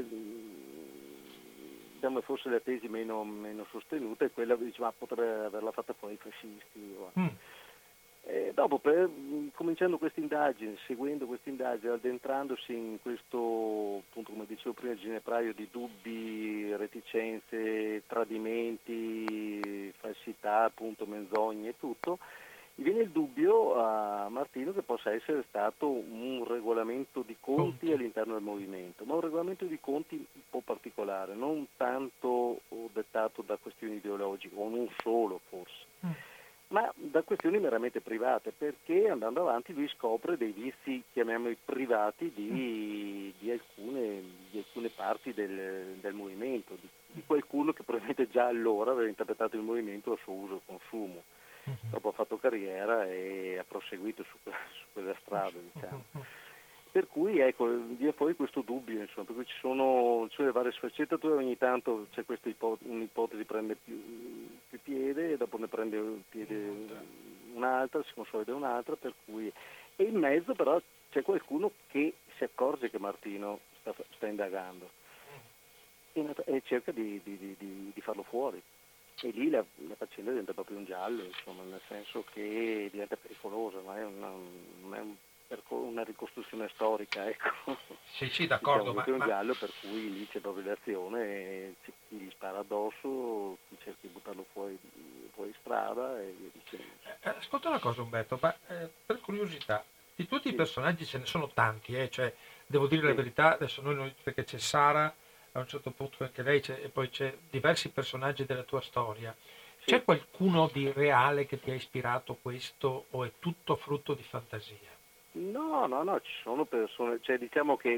Speaker 2: diciamo, forse la tesi meno, meno sostenuta è quella che diceva potrebbe averla fatta fuori i fascisti. O
Speaker 1: Mm,
Speaker 2: e dopo, per, mh, cominciando questa indagine, seguendo questa indagine, addentrandosi in questo, appunto, come dicevo prima, ginepraio di dubbi, reticenze, tradimenti, falsità, appunto, menzogne e tutto, Mi viene il dubbio a Martino che possa essere stato un regolamento di conti
Speaker 1: Conti.
Speaker 2: all'interno del movimento, ma un regolamento di conti un po' particolare, non tanto dettato da questioni ideologiche, o non solo forse,
Speaker 1: Mm.
Speaker 2: ma da questioni meramente private, perché andando avanti lui scopre dei vizi, chiamiamoli privati, di, di, alcune, di alcune parti del, del movimento, di, di qualcuno che probabilmente già allora aveva interpretato il movimento a suo uso e consumo.
Speaker 1: Mhm.
Speaker 2: Dopo ha fatto carriera e ha proseguito su, que- su quella strada, diciamo.
Speaker 1: Mhm.
Speaker 2: Per cui ecco, viene fuori questo dubbio, insomma, per cui ci sono, ci sono le varie sfaccettature, ogni tanto c'è questa ipo- un'ipotesi prende più, più piede e dopo ne prende piede un'altra, si consolida un'altra, per cui e in mezzo però c'è qualcuno che si accorge che Martino sta, sta indagando e, e cerca di, di- di- di- di farlo fuori. E lì la, la faccenda diventa proprio un giallo, insomma, nel senso che diventa pericolosa, ma è una, non è un percor- una ricostruzione storica, ecco.
Speaker 1: Sì, sì,
Speaker 2: Diciamo
Speaker 1: d'accordo,
Speaker 2: che
Speaker 1: ma,
Speaker 2: è un
Speaker 1: ma
Speaker 2: giallo per cui lì c'è proprio l'azione, e c'è chi gli spara addosso, chi cerca di buttarlo fuori, fuori strada e via dicendo.
Speaker 1: eh, ascolta una cosa Umberto, ma eh, per curiosità, di tutti i
Speaker 2: Sì,
Speaker 1: personaggi ce ne sono tanti, eh, cioè, devo dire la
Speaker 2: sì,
Speaker 1: verità, adesso noi, noi- perché c'è Sara, a un certo punto anche lei, c'è, e poi c'è diversi personaggi della tua storia.
Speaker 2: sì.
Speaker 1: C'è qualcuno di reale che ti ha ispirato questo o è tutto frutto di fantasia?
Speaker 2: No, no, no, ci sono persone, cioè diciamo che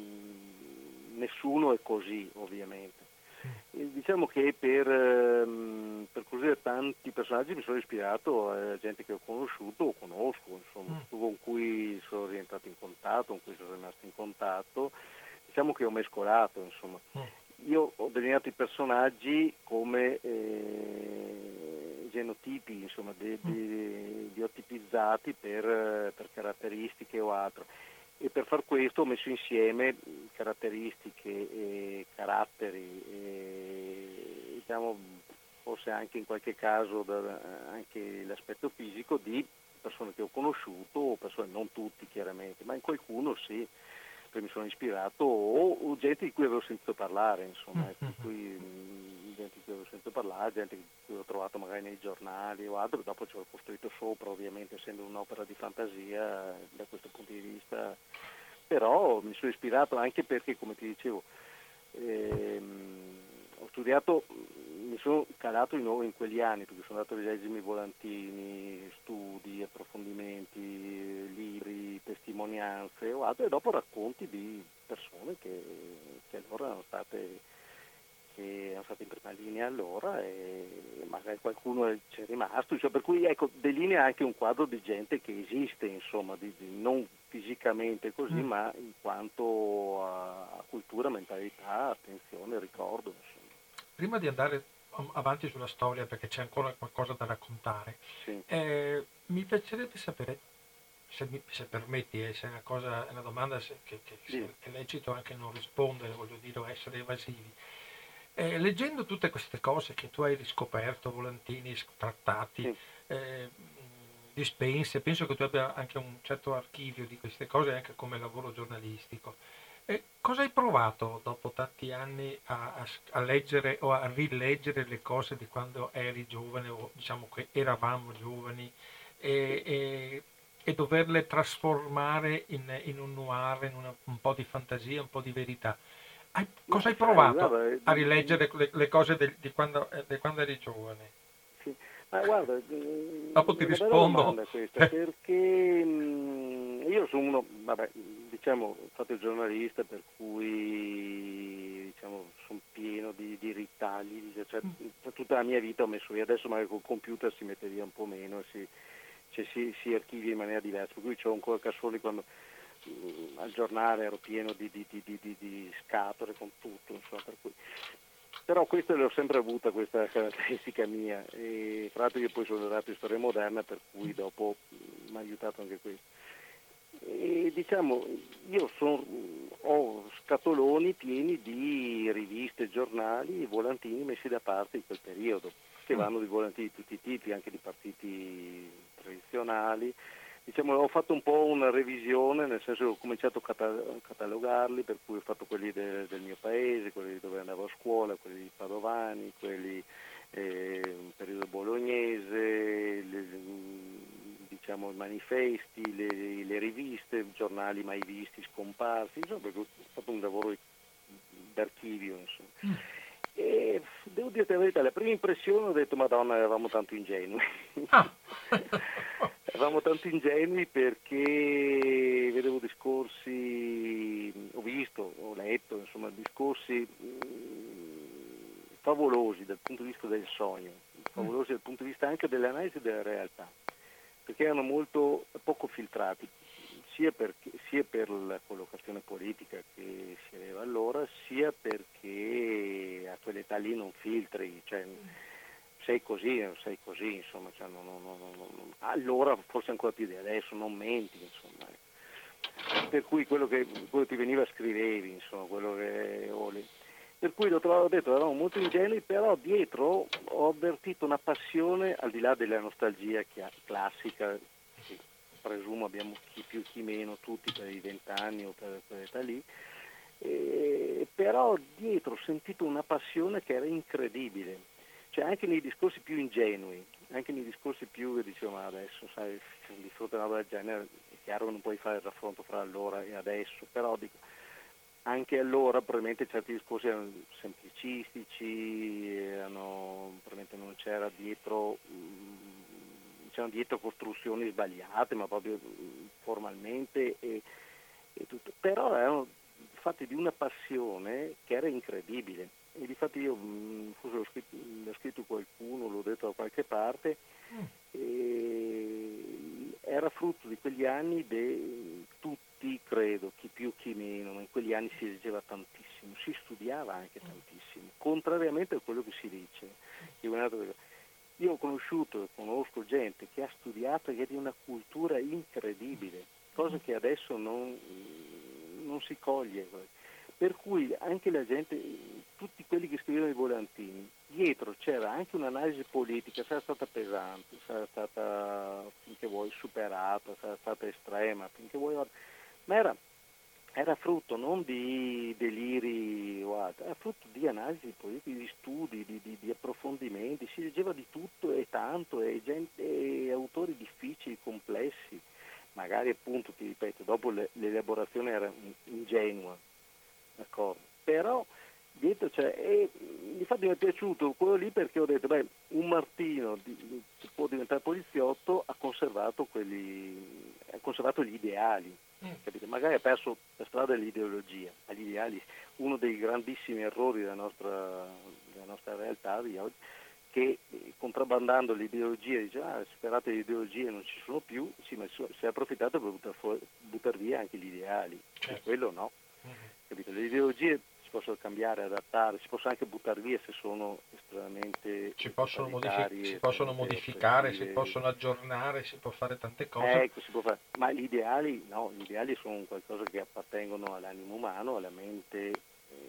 Speaker 2: mh, nessuno è così, ovviamente. E diciamo che per, ehm, per così tanti personaggi mi sono ispirato a gente che ho conosciuto o conosco, insomma,
Speaker 1: Mm,
Speaker 2: con cui sono rientrato in contatto, con cui sono rimasto in contatto. Diciamo che ho mescolato, insomma.
Speaker 1: mm,
Speaker 2: Io ho delineato i personaggi come eh, genotipi, insomma, de,
Speaker 1: mm,
Speaker 2: de, biotipizzati per, eh, per caratteristiche o altro. E per far questo ho messo insieme caratteristiche e caratteri, e, diciamo, forse anche in qualche caso da, anche l'aspetto fisico di persone che ho conosciuto, o persone, non tutti chiaramente, ma in qualcuno sì, poi mi sono ispirato, o, o gente di cui avevo sentito parlare,
Speaker 1: mm,
Speaker 2: insomma, ecco,
Speaker 1: mm,
Speaker 2: di cui, mh, gente di cui avevo sentito parlare, gente di cui ho trovato magari nei giornali o altro, dopo ci ho costruito sopra, ovviamente essendo un'opera di fantasia da questo punto di vista, però mi sono ispirato anche perché, come ti dicevo, ehm, ho studiato, mi sono calato di nuovo in quegli anni, perché sono andato a leggermi volantini, studi, approfondimenti, libri, testimonianze o altro, e dopo racconti di persone che, che allora erano state, che erano state in prima linea allora, e magari qualcuno c'è rimasto, cioè, per cui ecco, delinea anche un quadro di gente che esiste, insomma, di, di, non fisicamente così,
Speaker 1: mm.
Speaker 2: ma in quanto a, a cultura, mentalità, attenzione, ricordo, insomma.
Speaker 1: Prima di andare avanti sulla storia, perché c'è ancora qualcosa da raccontare,
Speaker 2: Sì,
Speaker 1: eh, mi piacerebbe sapere, se, mi- se permetti, eh, se è una cosa, è una domanda se- che, che
Speaker 2: sì,
Speaker 1: se è lecito anche non rispondere, voglio dire, o essere evasivi. Eh, leggendo tutte queste cose che tu hai riscoperto, volantini, sc- trattati,
Speaker 2: sì.
Speaker 1: eh, mh, dispense, penso che tu abbia anche un certo archivio di queste cose, anche come lavoro giornalistico. E cosa hai provato dopo tanti anni a, a s- a leggere o a rileggere le cose di quando eri giovane o diciamo che eravamo giovani e,
Speaker 2: Sì.
Speaker 1: e- e doverle trasformare in, in un noir, in una- un po' di fantasia, un po' di verità? Hai-
Speaker 2: Ma
Speaker 1: cosa hai
Speaker 2: sai,
Speaker 1: provato
Speaker 2: guarda,
Speaker 1: a
Speaker 2: mm,
Speaker 1: rileggere le, le cose del- di, quando, eh, di quando eri giovane?
Speaker 2: sì. Ma guarda,
Speaker 1: Dopo
Speaker 2: mm,
Speaker 1: ti
Speaker 2: è una bella
Speaker 1: rispondo.
Speaker 2: domanda questa, perché mm, io sono uno, vabbè, diciamo, ho fatto il giornalista, per cui diciamo, sono pieno di, di ritagli, cioè, per tutta la mia vita ho messo via, adesso magari col computer si mette via un po' meno, si, cioè, si, si archivia in maniera diversa, per cui ho ancora Cassoli quando mm, al giornale ero pieno di, di, di, di, di- di scatole con tutto, insomma, per cui. Però questa l'ho sempre avuta, questa caratteristica mia, e tra l'altro io poi sono laureato in storia moderna, per cui dopo mi ha aiutato anche questo. E diciamo, io son- ho scatoloni pieni di riviste, giornali e volantini messi da parte in quel periodo, che
Speaker 1: Mm,
Speaker 2: vanno di volantini di tutti i tipi, anche di partiti tradizionali. Diciamo, ho fatto un po' una revisione, nel senso che ho cominciato a cata- catalogarli, per cui ho fatto quelli de- del mio paese, quelli dove andavo a scuola, quelli di Padovani, quelli eh, un periodo bolognese, le- diciamo, i manifesti, le, le riviste, giornali mai visti, scomparsi, insomma, perché ho fatto un lavoro d'archivio, insomma.
Speaker 1: Mm.
Speaker 2: E devo dirti la verità, la prima impressione ho detto Madonna, eravamo tanto ingenui.
Speaker 1: Ah.
Speaker 2: Eravamo tanto ingenui perché vedevo discorsi, ho visto, ho letto, insomma, discorsi mh, favolosi dal punto di vista del sogno, favolosi dal punto di vista anche dell'analisi della realtà, perché erano molto poco filtrati, sia, perché, sia per la collocazione politica che si aveva allora, sia perché a quell'età lì non filtri, cioè sei così, sei così, insomma, cioè, non, non, non, non, allora forse ancora più di adesso, non menti, insomma. Per cui quello che, quello che ti veniva scrivevi, insomma, quello che ho lì. Per cui l'ho trovato, ho detto, eravamo molto ingenui, però dietro ho avvertito una passione, al di là della nostalgia classica, che presumo abbiamo chi più chi meno, tutti per i vent'anni o per quell'età lì, eh, però dietro ho sentito una passione che era incredibile. Cioè anche nei discorsi più ingenui, anche nei discorsi più che dicevo ma adesso sai, di fronte a una roba del genere è chiaro che non puoi fare il raffronto fra allora e adesso, però dico, anche allora probabilmente certi discorsi erano semplicistici, erano, probabilmente non c'era dietro, c'erano dietro costruzioni sbagliate, ma proprio formalmente e, e tutto, però erano fatti di una passione che era incredibile. E difatti io forse l'ho scritto, l'ho scritto qualcuno, l'ho detto da qualche parte, mm. e era frutto di quegli anni de, tutti credo, chi più chi meno, ma in quegli anni si leggeva tantissimo, si studiava anche tantissimo, contrariamente a quello che si dice. Io ho conosciuto e conosco gente che ha studiato e che è di una cultura incredibile, cosa che adesso non, non si coglie. Per cui anche la gente, tutti quelli che scrivevano i volantini, dietro c'era anche un'analisi politica, sarà stata pesante, sarà stata finché vuoi superata, sarà stata estrema, finché vuoi, ma era, era frutto non di deliri o altro, era frutto di analisi politiche, di studi, di, di, di approfondimenti, si leggeva di tutto e tanto, e, gente, e autori difficili, complessi, magari appunto, ti ripeto, dopo le, l'elaborazione era ingenua. D'accordo. Però dietro c'è, e infatti mi è piaciuto quello lì perché ho detto, beh, un Martino di, che può diventare poliziotto ha conservato quelli, ha conservato gli ideali, mm. capite? Magari ha perso la strada dell'ideologia, ma gli ideali, uno dei grandissimi errori della nostra, della nostra realtà di oggi, che contrabbandando l'ideologia dice, ah, superate le ideologie non ci sono più, sì, ma si è approfittato per buttar, fuori, buttar via anche gli ideali, certo. E quello no. Capito? Le ideologie si possono cambiare, adattare, si possono anche buttare via se sono estremamente
Speaker 1: si possono, modific- si possono modificare, si possono aggiornare, si può fare tante cose.
Speaker 2: Ecco, si può fare. Ma gli ideali no, gli ideali sono qualcosa che appartengono all'animo umano, alla mente eh,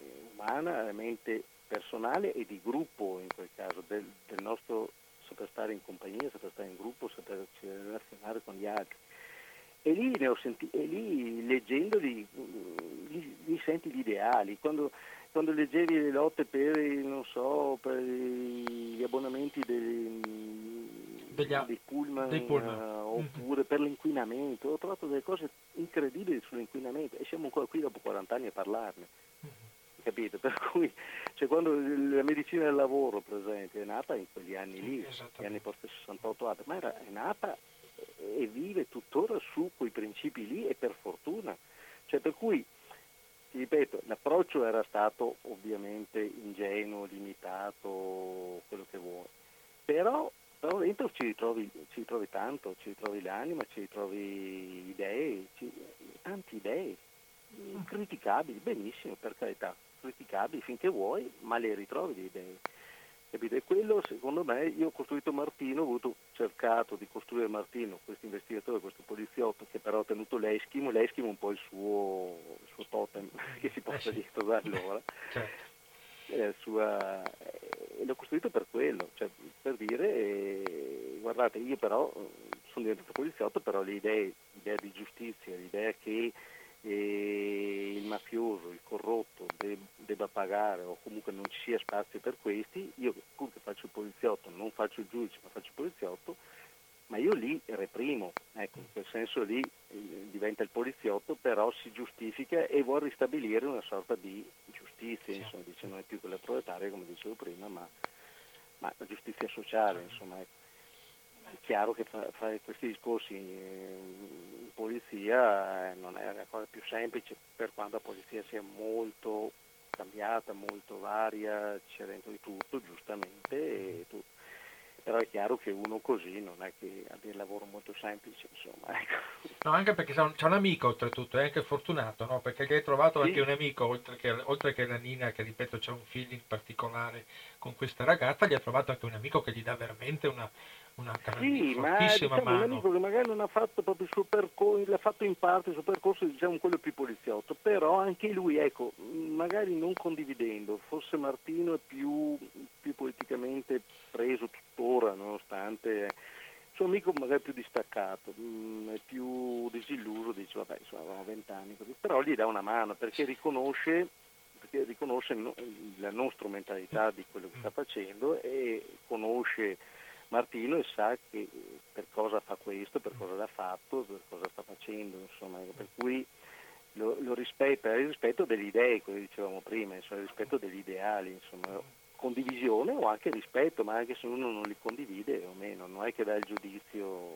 Speaker 2: umana, alla mente personale e di gruppo in quel caso, del, del nostro saper stare in compagnia, saper stare in gruppo, saperci relazionare con gli altri. E lì ne ho sentito, e lì leggendoli li, li senti gli ideali. Quando, quando leggevi le lotte per i, non so, per gli abbonamenti dei,
Speaker 1: degli,
Speaker 2: dei pullman,
Speaker 1: dei pullman.
Speaker 2: Uh, oppure mm-hmm. per l'inquinamento, ho trovato delle cose incredibili sull'inquinamento e siamo ancora qui dopo quaranta anni a parlarne. Mm-hmm. Capito? Per cui cioè, quando la medicina del lavoro, per esempio, è nata in quegli anni lì, gli anni post sessantotto altri, ma era, è nata e vive tuttora su quei principi lì e per fortuna, cioè per cui ti ripeto, l'approccio era stato ovviamente ingenuo, limitato, quello che vuoi, però, però dentro ci ritrovi, ci ritrovi tanto, ci ritrovi l'anima, ci ritrovi idee, ci, tante idee criticabili, benissimo, per carità, criticabili finché vuoi, ma le ritrovi le idee. Capite? E quello secondo me, io ho costruito Martino, ho avuto cercato di costruire Martino, questo investigatore, questo poliziotto che però ha tenuto l'Eschimo, l'Eschimo è un po' il suo, il suo totem che si porta eh sì. dietro da allora, certo. eh, sua, eh, l'ho costruito per quello, cioè per dire eh, guardate io però sono diventato poliziotto, però le idee, l'idea di giustizia, l'idea che e il mafioso, il corrotto deb- debba pagare o comunque non ci sia spazio per questi, io pur che faccio il poliziotto, non faccio il giudice ma faccio il poliziotto, ma io lì reprimo, ecco, in quel senso lì eh, diventa il poliziotto, però si giustifica e vuole ristabilire una sorta di giustizia, insomma, dice non è più quella proletaria come dicevo prima, ma, ma la giustizia sociale, insomma, ecco. È chiaro che fa- fare questi discorsi in polizia eh, non è la cosa più semplice, per quanto la polizia sia molto cambiata, molto varia, c'è dentro di tutto, giustamente, e tu- però è chiaro che uno così non è che abbia il lavoro molto semplice, insomma, ecco.
Speaker 1: No, anche perché c'è un, c'è un amico oltretutto, è anche fortunato, no? Perché gli hai trovato anche
Speaker 2: Sì,
Speaker 1: un amico, oltre che, oltre che la Nina, che ripeto c'è un feeling particolare con questa ragazza, gli ha trovato anche un amico che gli dà veramente una, una grandi,
Speaker 2: sì, ma
Speaker 1: fortissima
Speaker 2: diciamo un
Speaker 1: mano.
Speaker 2: amico che magari non ha fatto proprio il suo percorso, l'ha fatto in parte il suo percorso, diciamo quello più poliziotto, però anche lui, ecco, magari non condividendo, forse Martino è più, più politicamente preso tuttora, nonostante il suo amico magari più distaccato, mh, è più disilluso, dice vabbè, insomma, avevamo vent'anni, così, però gli dà una mano perché riconosce, perché riconosce no- la non strumentalità di quello che sta facendo e conosce Martino e sa che per cosa fa questo, per cosa l'ha fatto, per cosa sta facendo, insomma, per cui lo, lo rispetta, il rispetto delle idee, come dicevamo prima, insomma, il rispetto degli ideali, insomma, condivisione o anche rispetto, ma anche se uno non li condivide o meno, non è che dà il giudizio.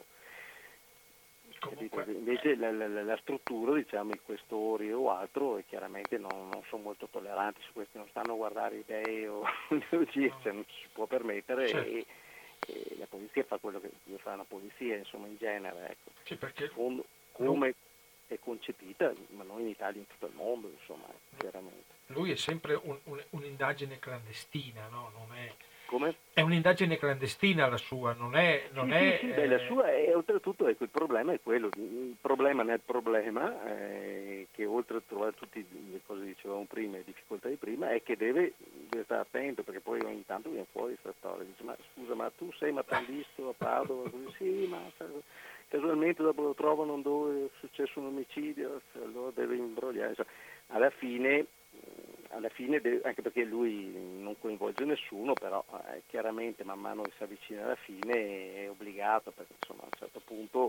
Speaker 2: Capito?
Speaker 1: Comunque,
Speaker 2: Invece la, la, la struttura, diciamo, i questori o altro, e chiaramente non, non sono molto tolleranti su questi, non stanno a guardare idee o ideologie, cioè non ci si può permettere
Speaker 1: certo,
Speaker 2: e, e la polizia fa quello che deve fare una polizia, insomma, in genere, ecco.
Speaker 1: sì,
Speaker 2: In
Speaker 1: perché
Speaker 2: fondo,
Speaker 1: lui,
Speaker 2: come è concepita, ma non in Italia, in tutto il mondo, insomma, chiaramente.
Speaker 1: lui è sempre un- un- un'indagine clandestina, no? Non è,
Speaker 2: Come?
Speaker 1: è un'indagine clandestina la sua, non è, non
Speaker 2: Sì, sì,
Speaker 1: è
Speaker 2: sì, beh, la
Speaker 1: eh,
Speaker 2: sua è oltretutto ecco, il problema è quello, il problema nel problema, eh, che oltre a trovare tutte le cose che dicevamo prima, le difficoltà di prima, è che deve, deve stare attento, perché poi ogni tanto viene fuori questa storia, dice ma scusa ma tu sei mappandista a Padova, così sì, ma casualmente dopo lo trovano dove è successo un omicidio, allora deve imbrogliare, insomma, alla fine alla fine, anche perché lui non coinvolge nessuno, però eh, chiaramente man mano che si avvicina alla fine è obbligato, perché insomma a un certo punto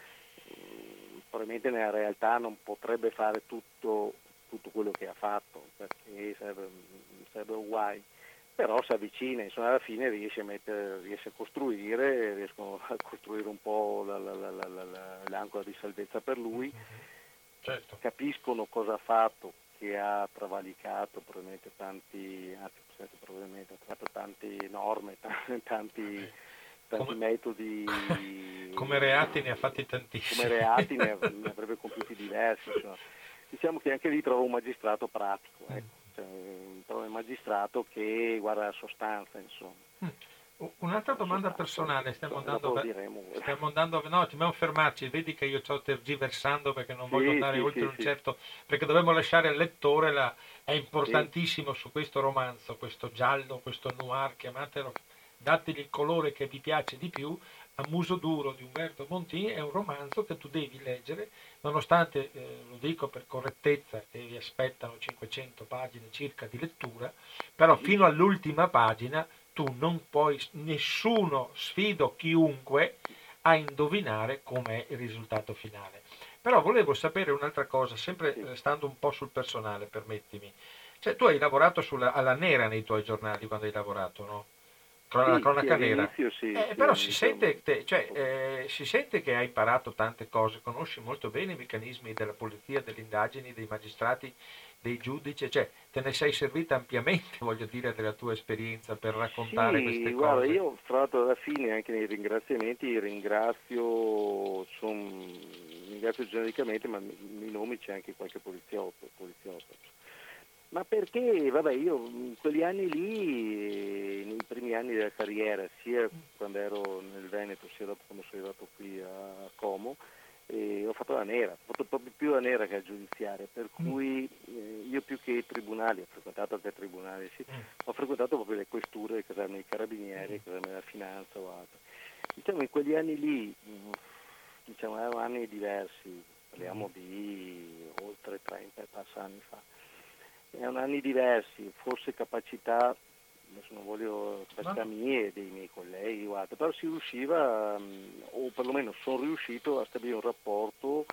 Speaker 2: mh, probabilmente nella realtà non potrebbe fare tutto, tutto quello che ha fatto, perché sarebbe, sarebbero guai, però si avvicina, insomma alla fine riesce a, mettere, riesce a costruire, riescono a costruire un po' la, la, la, la, la, l'ancora di salvezza per lui,
Speaker 1: certo.
Speaker 2: capiscono cosa ha fatto, che ha travalicato probabilmente tanti, anzi, probabilmente ha fatto tante norme, t- tanti, tanti
Speaker 1: Come, come
Speaker 2: metodi,
Speaker 1: reati ne ha fatti
Speaker 2: come
Speaker 1: tantissimi.
Speaker 2: reati ne, ne avrebbe compiuti diversi. Insomma. Diciamo che anche lì trovo un magistrato pratico, ecco. Cioè, trovo un magistrato che guarda la sostanza, insomma.
Speaker 1: Un'altra
Speaker 2: La
Speaker 1: domanda
Speaker 2: sostanza,
Speaker 1: personale, stiamo
Speaker 2: insomma,
Speaker 1: andando,
Speaker 2: dopo lo
Speaker 1: ve-
Speaker 2: diremo.
Speaker 1: stiamo andando, no, dobbiamo fermarci, vedi che io sto tergiversando perché non voglio
Speaker 2: Sì,
Speaker 1: andare
Speaker 2: sì,
Speaker 1: oltre
Speaker 2: sì,
Speaker 1: un
Speaker 2: sì,
Speaker 1: certo, perché dovremmo lasciare al lettore, la, è
Speaker 2: sì.
Speaker 1: importantissimo su questo romanzo, questo giallo, questo noir, chiamatelo, dategli il colore che vi piace di più, A muso duro di Umberto Monti è un romanzo che tu devi leggere, nonostante, eh, lo dico per correttezza, che vi aspettano cinquecento pagine circa di lettura, però
Speaker 2: Sì.
Speaker 1: fino all'ultima pagina tu non puoi, nessuno, sfido chiunque a indovinare com'è il risultato finale. Però volevo sapere un'altra cosa, sempre
Speaker 2: Sì.
Speaker 1: restando un po' sul personale, permettimi. Cioè, tu hai lavorato sulla, alla nera nei tuoi giornali quando hai lavorato, no? Cron- La
Speaker 2: Sì, sì,
Speaker 1: cronaca nera.
Speaker 2: all'inizio sì,
Speaker 1: Eh,
Speaker 2: sì,
Speaker 1: però si
Speaker 2: all'inizio
Speaker 1: sente, te- cioè,
Speaker 2: dopo-
Speaker 1: eh, si sente che hai imparato tante cose, conosci molto bene i meccanismi della polizia, delle indagini, dei magistrati, dei giudici, cioè te ne sei servita ampiamente, voglio dire, della tua esperienza per raccontare
Speaker 2: Sì,
Speaker 1: queste
Speaker 2: guarda,
Speaker 1: cose.
Speaker 2: io fra l'altro alla fine anche nei ringraziamenti ringrazio, son- ringrazio genericamente, ma nei nomi c'è anche qualche poliziotto, poliziotto. Ma perché, vabbè, io in quegli anni lì, eh, nei primi anni della carriera, sia quando ero nel Veneto, sia dopo quando sono arrivato qui a Como, eh, ho fatto la nera, ho fatto proprio più la nera che la giudiziaria, per
Speaker 1: Mm,
Speaker 2: cui eh, io più che i tribunali, ho frequentato anche tribunali, sì,
Speaker 1: mm,
Speaker 2: ho frequentato proprio le questure, le caserme dei carabinieri, le caserme della finanza o altro. Diciamo in quegli anni lì, mh, diciamo erano anni diversi, parliamo di oltre trenta e passa anni fa, erano anni diversi, forse capacità adesso non voglio questa mia e dei miei colleghi, guarda, però si riusciva, mh, o perlomeno sono riuscito a stabilire un rapporto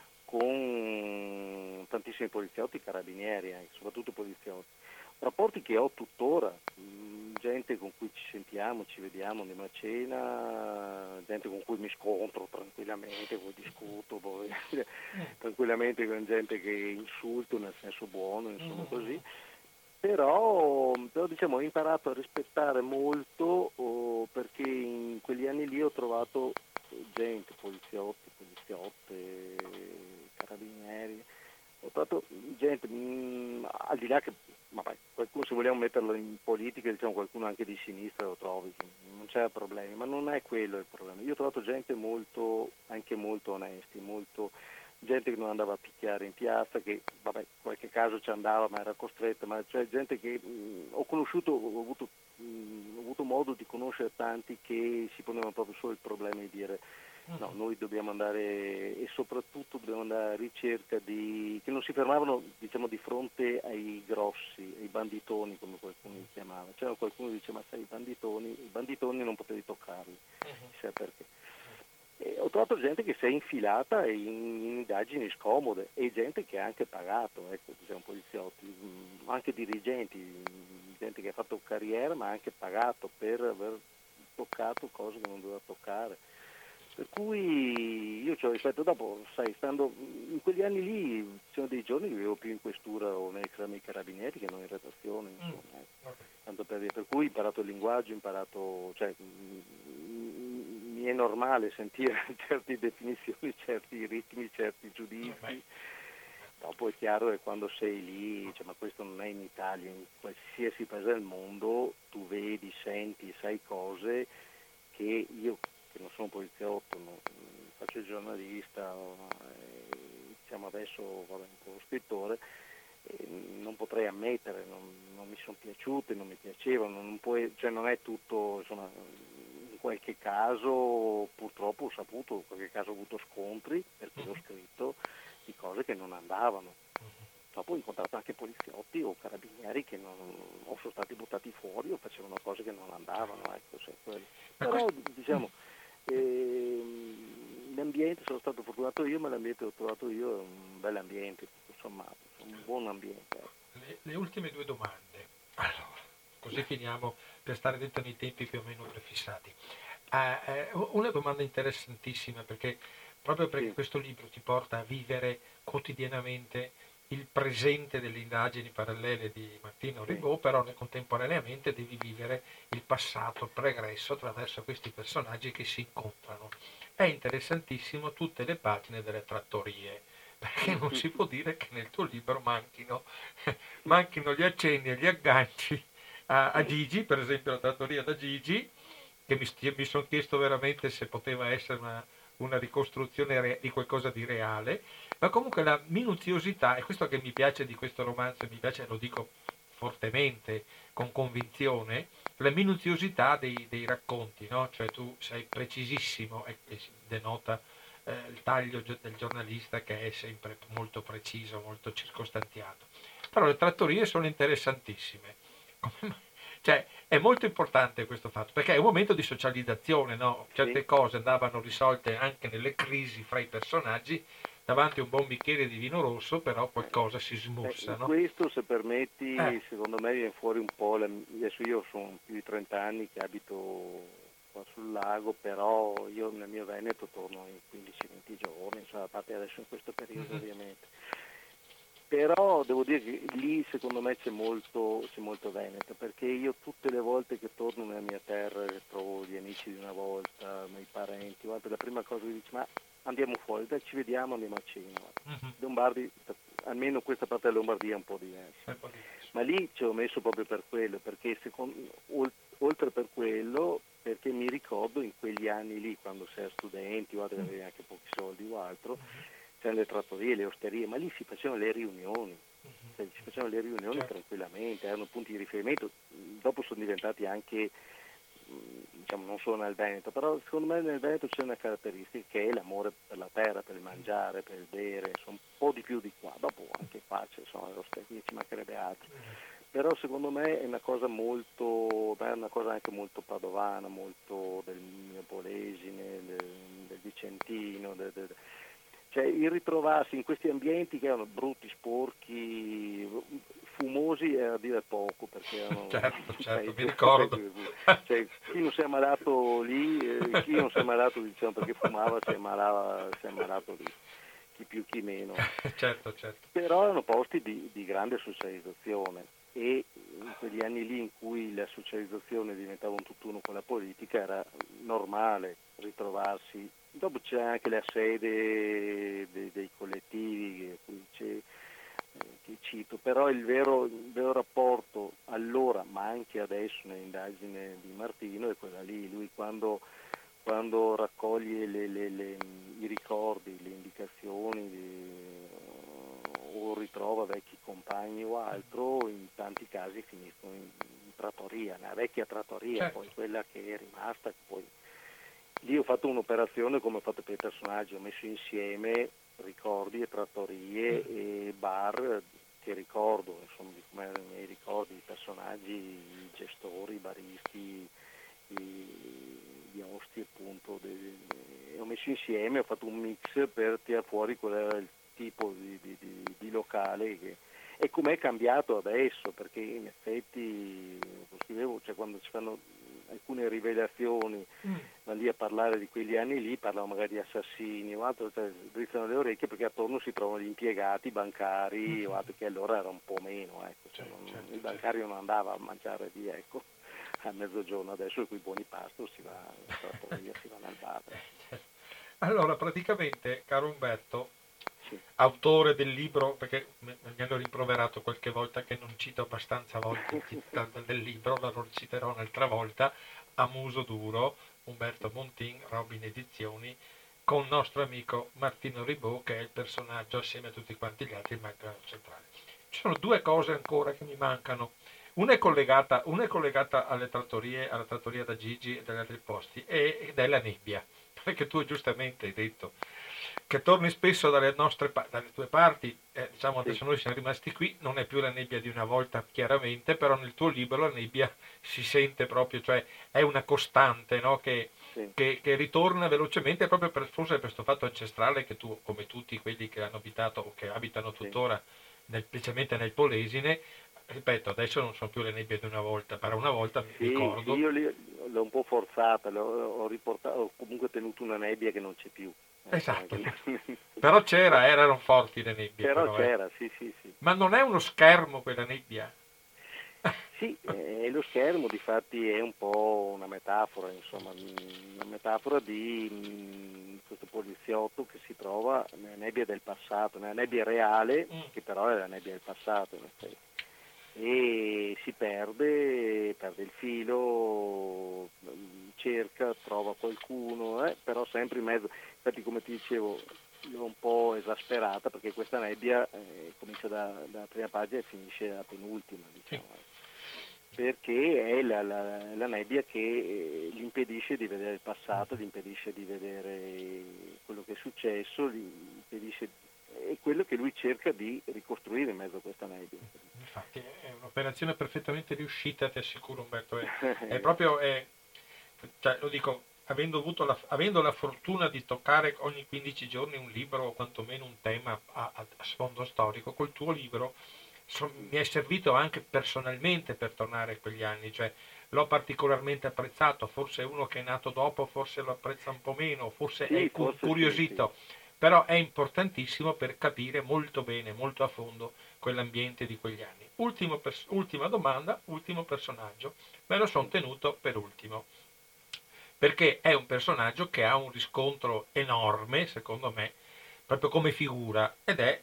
Speaker 2: con tantissimi poliziotti e carabinieri, anche, soprattutto poliziotti. Rapporti che ho tuttora, mh, gente con cui ci sentiamo, ci vediamo, andiamo a cena, gente con cui mi scontro tranquillamente, poi discuto, poi tranquillamente con gente che insulto nel senso buono, insomma così. Però, però diciamo, ho imparato a rispettare molto oh, perché in quegli anni lì ho trovato gente, poliziotti, poliziotte, carabinieri, ho trovato gente, mh, al di là che, vabbè, qualcuno, se vogliamo metterlo in politica, diciamo qualcuno anche di sinistra lo trovi, non c'è problemi, ma non è quello il problema. Io ho trovato gente molto, anche molto onesti, molto gente che non andava a picchiare in piazza, che vabbè, qualche caso ci andava ma era costretta, ma c'è gente che mh, ho conosciuto, ho avuto, mh, ho avuto modo di conoscere tanti che si ponevano proprio solo il problema di dire no, noi dobbiamo andare, e soprattutto dobbiamo andare a ricerca di, che non si fermavano, diciamo, di fronte ai grossi, ai banditoni come qualcuno li chiamava. C'era qualcuno che diceva ma sai, i banditoni, i banditoni non potevi toccarli, chissà perché. E ho trovato gente che si è infilata in, in indagini scomode e gente che ha anche pagato, ecco, diciamo poliziotti, mh, anche dirigenti, mh, gente che ha fatto carriera ma ha anche pagato per aver toccato cose che non doveva toccare. Per cui io ci ho rispetto, dopo, sai, stando in quegli anni lì, ci sono dei giorni che vivevo più in questura o nei, nei carabinieri che non in redazione, insomma. Mm. Eh. Tanto per, per cui ho imparato il linguaggio, ho imparato, cioè, mh, mi è normale sentire certe definizioni, certi ritmi, certi giudizi. Dopo è chiaro che quando sei lì, cioè, ma questo non è in Italia, in qualsiasi paese del mondo, tu vedi, senti, sai cose che io, che non sono poliziotto, non, faccio il giornalista, eh, diciamo adesso vabbè, un po' scrittore, eh, non potrei ammettere, non, non mi sono piaciute, non mi piacevano, non, puoi, cioè non è tutto, insomma, in qualche caso purtroppo ho saputo, in qualche caso ho avuto scontri, perché l'ho scritto, di cose che non andavano. Dopo ho incontrato anche poliziotti o carabinieri che non, o sono stati buttati fuori o facevano cose che non andavano, ecco, se però diciamo eh, l'ambiente, sono stato fortunato io, ma l'ambiente che ho trovato io è un bel ambiente, tutto sommato, un buon ambiente. Ecco.
Speaker 3: Le, le ultime due domande, allora, così finiamo per stare dentro nei tempi più o meno prefissati. Eh, eh, una domanda interessantissima, perché proprio perché sì. Questo libro ti porta a vivere quotidianamente il presente delle indagini parallele di Martino Ribot, sì. Però contemporaneamente devi vivere il passato pregresso attraverso questi personaggi che si incontrano. È interessantissimo tutte le pagine delle trattorie, perché non si può dire che nel tuo libro manchino, manchino gli accenni e gli agganci a, a Gigi, per esempio la trattoria da Gigi, che mi, mi sono chiesto veramente se poteva essere una, una ricostruzione re, di qualcosa di reale, ma comunque la minuziosità, e questo che mi piace di questo romanzo, mi piace, lo dico fortemente, con convinzione, la minuziosità dei, dei racconti, no? Cioè tu sei precisissimo e, e denota eh, il taglio del giornalista che è sempre molto preciso, molto circostanziato. Però le trattorie sono interessantissime. Come, cioè è molto importante questo fatto, perché è un momento di socializzazione, no? Certe sì. cose andavano risolte anche nelle crisi fra i personaggi, davanti a un buon bicchiere di vino rosso, però qualcosa si smussa.
Speaker 2: Eh,
Speaker 3: no?
Speaker 2: Questo, se permetti,
Speaker 3: eh.
Speaker 2: secondo me viene fuori un po', la, adesso io sono più di trenta anni che abito qua sul lago, però io nel mio Veneto torno in quindici venti giorni, insomma, a parte adesso in questo periodo mm-hmm. ovviamente. Però devo dire che lì secondo me c'è molto, c'è molto Veneto, perché io tutte le volte che torno nella mia terra e trovo gli amici di una volta, i parenti, guarda, la prima cosa che dici, ma andiamo fuori, dai, ci vediamo, andiamo a cena. Mm-hmm. Lombardi, almeno questa parte della Lombardia è un po' diversa. Un po' diverso. Ma lì ci ho messo proprio per quello, perché secondo, oltre per quello, perché mi ricordo in quegli anni lì, quando sei studenti, guarda, avevi anche pochi soldi o altro, mm-hmm. c'erano le trattorie, le osterie, ma lì si facevano le riunioni, mm-hmm. cioè, si facevano le riunioni certo. tranquillamente, erano punti di riferimento, dopo sono diventati anche, diciamo, non solo nel Veneto, però secondo me nel Veneto c'è una caratteristica che è l'amore per la terra, per il mangiare, per il bere, insomma, un po' di più di qua, dopo anche qua ci sono le osterie, ci mancherebbe altro, però secondo me è una cosa molto, è una cosa anche molto padovana, molto del mio Polesine, del, del Vicentino, del, del, cioè il ritrovarsi in questi ambienti che erano brutti, sporchi, fumosi è a dire poco, perché erano,
Speaker 3: certo, certo,
Speaker 2: cioè,
Speaker 3: mi ricordo.
Speaker 2: Cioè, chi non si è malato lì, eh, chi non si è malato diciamo perché fumava si è, malava, si è malato lì, chi più chi meno.
Speaker 3: certo, certo.
Speaker 2: Però erano posti di, di grande socializzazione e in quegli anni lì in cui la socializzazione diventava un tutt'uno con la politica era normale ritrovarsi. Dopo c'è anche la sede dei, dei collettivi che, c'è, che cito, però il vero, il vero rapporto allora, ma anche adesso nell'indagine di Martino, è quella lì. Lui quando, quando raccoglie le, le, le, i ricordi, le indicazioni di, o ritrova vecchi compagni o altro, in tanti casi finiscono in, in trattoria, una vecchia trattoria, certo. Poi quella che è rimasta, poi lì ho fatto un'operazione come ho fatto per i personaggi, ho messo insieme ricordi e trattorie mm. e bar che ricordo, insomma, di come erano i miei ricordi, i personaggi, i gestori, i baristi, gli osti appunto, de, de, ho messo insieme, ho fatto un mix per tirare fuori qual era il tipo di, di, di, di locale che, e com'è cambiato adesso, perché in effetti lo scrivevo, cioè quando ci fanno alcune rivelazioni mm. ma lì a parlare di quegli anni lì parlano magari di assassini o altro, cioè drizzano le orecchie perché attorno si trovano gli impiegati bancari mm. o altro, che allora era un po' meno, ecco, cioè non, certo, il bancario certo. non andava a mangiare lì, ecco, a mezzogiorno, adesso con i buoni pasto si va in trattoria, si va nel bar.
Speaker 3: Allora praticamente, caro Umberto, sì. autore del libro, perché mi hanno rimproverato qualche volta che non cito abbastanza volte il titolo del libro, lo citerò un'altra volta, A muso duro, Umberto Montin, Robin Edizioni, con il nostro amico Martino Ribot, che è il personaggio assieme a tutti quanti gli altri, il background centrale. Ci sono due cose ancora che mi mancano. Una è collegata, una è collegata alle trattorie, alla trattoria da Gigi e dagli altri posti, ed è la nebbia, perché tu giustamente hai detto che torni spesso dalle nostre dalle tue parti, eh, diciamo adesso sì. Noi siamo rimasti qui, non è più la nebbia di una volta chiaramente, però nel tuo libro la nebbia si sente proprio, cioè è una costante, no? che, sì. che, che ritorna velocemente proprio per, forse per questo fatto ancestrale che tu, come tutti quelli che hanno abitato o che abitano tuttora, sì. nel, specialmente nel Polesine, ripeto, adesso non sono più le nebbie di una volta, però una volta
Speaker 2: sì,
Speaker 3: mi ricordo.
Speaker 2: Sì, io li, l'ho un po' forzata, l'ho, ho riportato, ho comunque tenuto una nebbia che non c'è più.
Speaker 3: Esatto, però c'era, erano forti le nebbie.
Speaker 2: Però,
Speaker 3: però
Speaker 2: c'era,
Speaker 3: eh.
Speaker 2: sì, sì, sì.
Speaker 3: Ma non è uno schermo quella nebbia?
Speaker 2: Sì, eh, lo schermo difatti è un po' una metafora, insomma, una metafora di mh, questo poliziotto che si trova nella nebbia del passato, nella nebbia reale, mm. che però è la nebbia del passato in effetti. E si perde, perde il filo, cerca, trova qualcuno, eh, però sempre in mezzo. Infatti, come ti dicevo, l'ho un po' esasperata perché questa nebbia eh, comincia da, dalla prima pagina e finisce alla penultima, diciamo. Sì. Perché è la, la, la nebbia che eh, gli impedisce di vedere il passato, gli impedisce di vedere quello che è successo, gli impedisce, è quello che lui cerca di ricostruire in mezzo a questa nebbia.
Speaker 3: Infatti è un'operazione perfettamente riuscita, ti assicuro Umberto, è, è proprio, è, cioè, lo dico, avendo avuto la, avendo la fortuna di toccare ogni quindici giorni un libro o quantomeno un tema a, a, a sfondo storico, col tuo libro so, mi è servito anche personalmente per tornare a quegli anni, cioè l'ho particolarmente apprezzato, forse uno che è nato dopo forse lo apprezza un po' meno, forse sì, è forse curiosito, sì, sì. Però è importantissimo per capire molto bene, molto a fondo quell'ambiente di quegli anni. Ultimo pers- ultima domanda, ultimo personaggio, me lo sono tenuto per ultimo, perché è un personaggio che ha un riscontro enorme, secondo me, proprio come figura, ed è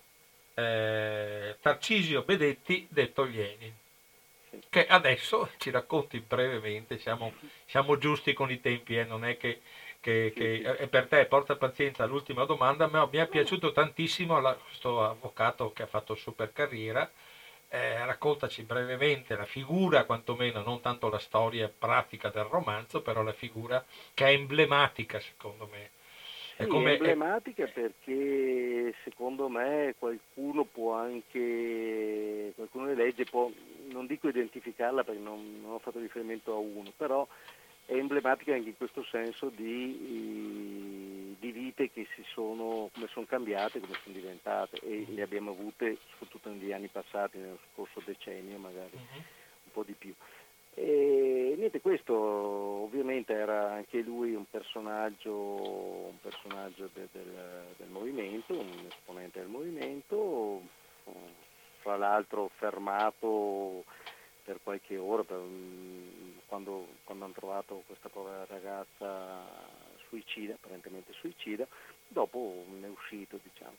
Speaker 3: eh, Tarcisio Bedetti detto Lenin, che adesso ci racconti brevemente, siamo, siamo giusti con i tempi, eh, non è che Che, che è per te, porta pazienza, l'ultima domanda, ma mi è piaciuto tantissimo la, questo avvocato che ha fatto super carriera, eh, raccontaci brevemente la figura, quantomeno non tanto la storia pratica del romanzo, però la figura che è emblematica secondo me
Speaker 2: Sì, è, come... è emblematica perché secondo me qualcuno può anche, qualcuno le legge può, non dico identificarla perché non, non ho fatto riferimento a uno, però è emblematica anche in questo senso di, di vite che si sono, come sono cambiate, come sono diventate, e le abbiamo avute soprattutto negli anni passati, nello scorso decennio magari, uh-huh. un po' di più. E niente, questo ovviamente era anche lui un personaggio, un personaggio de, del, del movimento, un esponente del movimento, fra l'altro fermato per qualche ora, per, quando, quando hanno trovato questa povera ragazza suicida, apparentemente suicida, dopo ne è uscito, diciamo.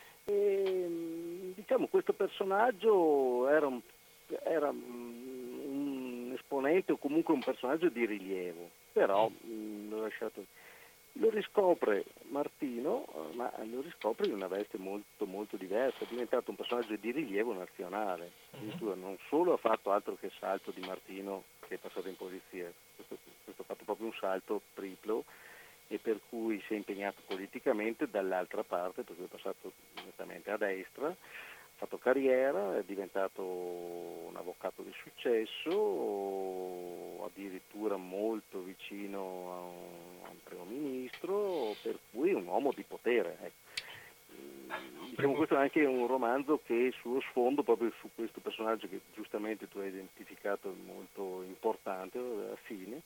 Speaker 2: E, diciamo, questo personaggio era un, era un esponente o comunque un personaggio di rilievo, però mh, l'ho lasciato. Lo riscopre Martino, ma lo riscopre in una veste molto molto diversa, è diventato un personaggio di rilievo nazionale. Addirittura non solo ha fatto altro che salto di Martino che è passato in polizia, questo, questo ha fatto proprio un salto triplo, e per cui si è impegnato politicamente dall'altra parte, perché è passato direttamente a destra, ha fatto carriera, è diventato un avvocato di successo, addirittura molto vicino a un, a un primo ministro, per cui un uomo di potere. Ecco. Diciamo, questo è anche un romanzo che sullo sfondo, proprio su questo personaggio che giustamente tu hai identificato molto importante alla fine,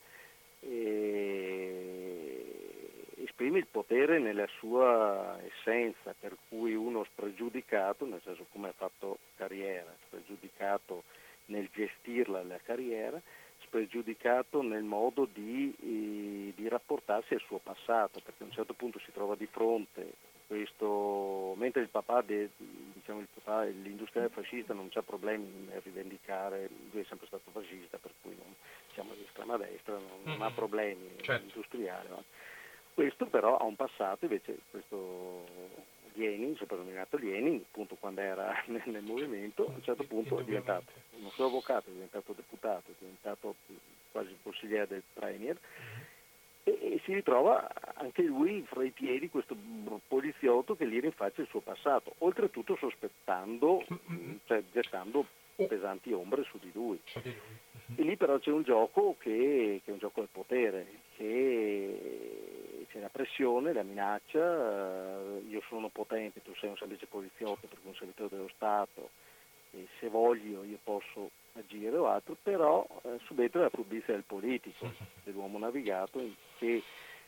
Speaker 2: e esprime il potere nella sua essenza, per cui uno spregiudicato, nel senso come ha fatto carriera, spregiudicato nel gestirla la carriera, spregiudicato nel modo di, eh, di rapportarsi al suo passato, perché a un certo punto si trova di fronte questo, mentre il papà, de, diciamo il papà, l'industriale fascista non c'ha problemi nel rivendicare, lui è sempre stato fascista, per cui non, diciamo di estrema destra, non, non ha problemi, certo, industriali. No? Questo però ha un passato, invece questo Lenin, soprannominato Lenin, appunto quando era nel, nel movimento, a un certo punto è diventato non solo avvocato, è diventato deputato, è diventato quasi consigliere del Premier, e, e si ritrova anche lui fra i piedi questo poliziotto che gli rinfaccia il suo passato, oltretutto sospettando, cioè gettando pesanti ombre su di lui. E lì però c'è un gioco che, che è un gioco del potere, che c'è la pressione, la minaccia, io sono potente, tu sei un semplice poliziotto perché un servitore dello Stato, e se voglio io posso agire o altro, però eh, subentra la furbizia del politico, dell'uomo navigato, che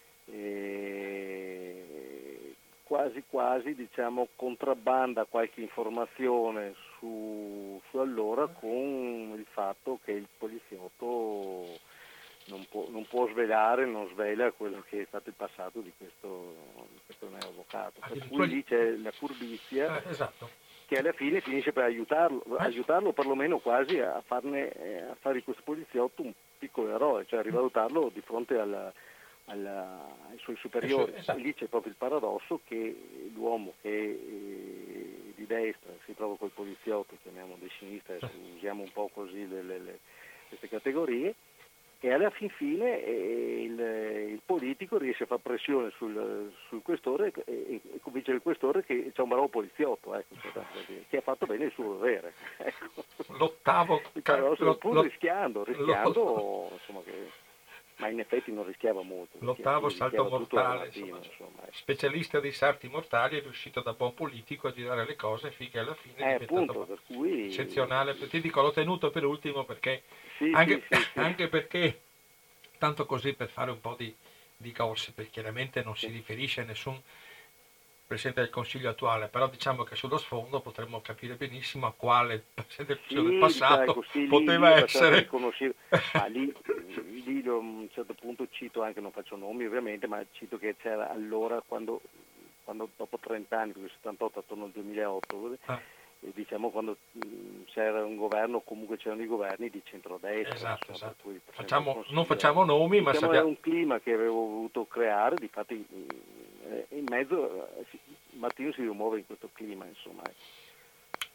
Speaker 2: eh, quasi quasi diciamo contrabbanda qualche informazione su, su allora con il fatto che il poliziotto non può, non può svelare, non svela quello che è stato il passato di questo, di questo neoavvocato. Per cui lì c'è la furbizia,
Speaker 3: eh, esatto,
Speaker 2: che alla fine finisce per aiutarlo, aiutarlo perlomeno quasi a, farne, a fare di questo poliziotto un piccolo eroe, cioè a rivalutarlo di fronte alla, alla, ai suoi superiori. Esatto. E lì c'è proprio il paradosso che l'uomo che è di destra si trova col poliziotto, chiamiamo di sinistra, usiamo un po' così le, le, le, queste categorie, e alla fin fine eh, il, il politico riesce a fare pressione sul, sul questore e, e convince il questore che c'è un bravo poliziotto, ecco, che ha fatto bene il suo dovere. Ecco.
Speaker 3: L'ottavo,
Speaker 2: Però,
Speaker 3: lo,
Speaker 2: pur
Speaker 3: lo,
Speaker 2: rischiando, rischiando lo, insomma, che, ma in effetti non rischiava molto.
Speaker 3: L'ottavo salto mortale,
Speaker 2: mattino, insomma, ecco.
Speaker 3: Specialista dei salti mortali, è riuscito da buon politico a girare le cose finché alla fine è
Speaker 2: eh,
Speaker 3: diventato
Speaker 2: appunto, per cui...
Speaker 3: eccezionale. Ti dico, l'ho tenuto per ultimo perché
Speaker 2: sì,
Speaker 3: anche,
Speaker 2: sì, sì, sì.
Speaker 3: anche perché tanto così per fare un po' di, di gossip, chiaramente non si riferisce a nessun Presidente del Consiglio attuale, però diciamo che sullo sfondo potremmo capire benissimo a quale Presidente del Consiglio
Speaker 2: sì,
Speaker 3: del passato
Speaker 2: dai, sì,
Speaker 3: poteva
Speaker 2: lì,
Speaker 3: essere.
Speaker 2: Ma lì, lì a un certo punto cito, anche non faccio nomi ovviamente, ma cito che c'era allora, quando, quando dopo trenta anni, perché settantotto attorno al duemilaotto, ah. eh, diciamo quando mh, c'era un governo, comunque c'erano i governi di centrodestra.
Speaker 3: Esatto,
Speaker 2: insomma,
Speaker 3: esatto.
Speaker 2: cui
Speaker 3: Facciamo, non facciamo nomi,
Speaker 2: diciamo,
Speaker 3: ma sappiamo...
Speaker 2: era un clima che avevo voluto creare, difatti in mezzo Martino si rimuove in questo clima, insomma.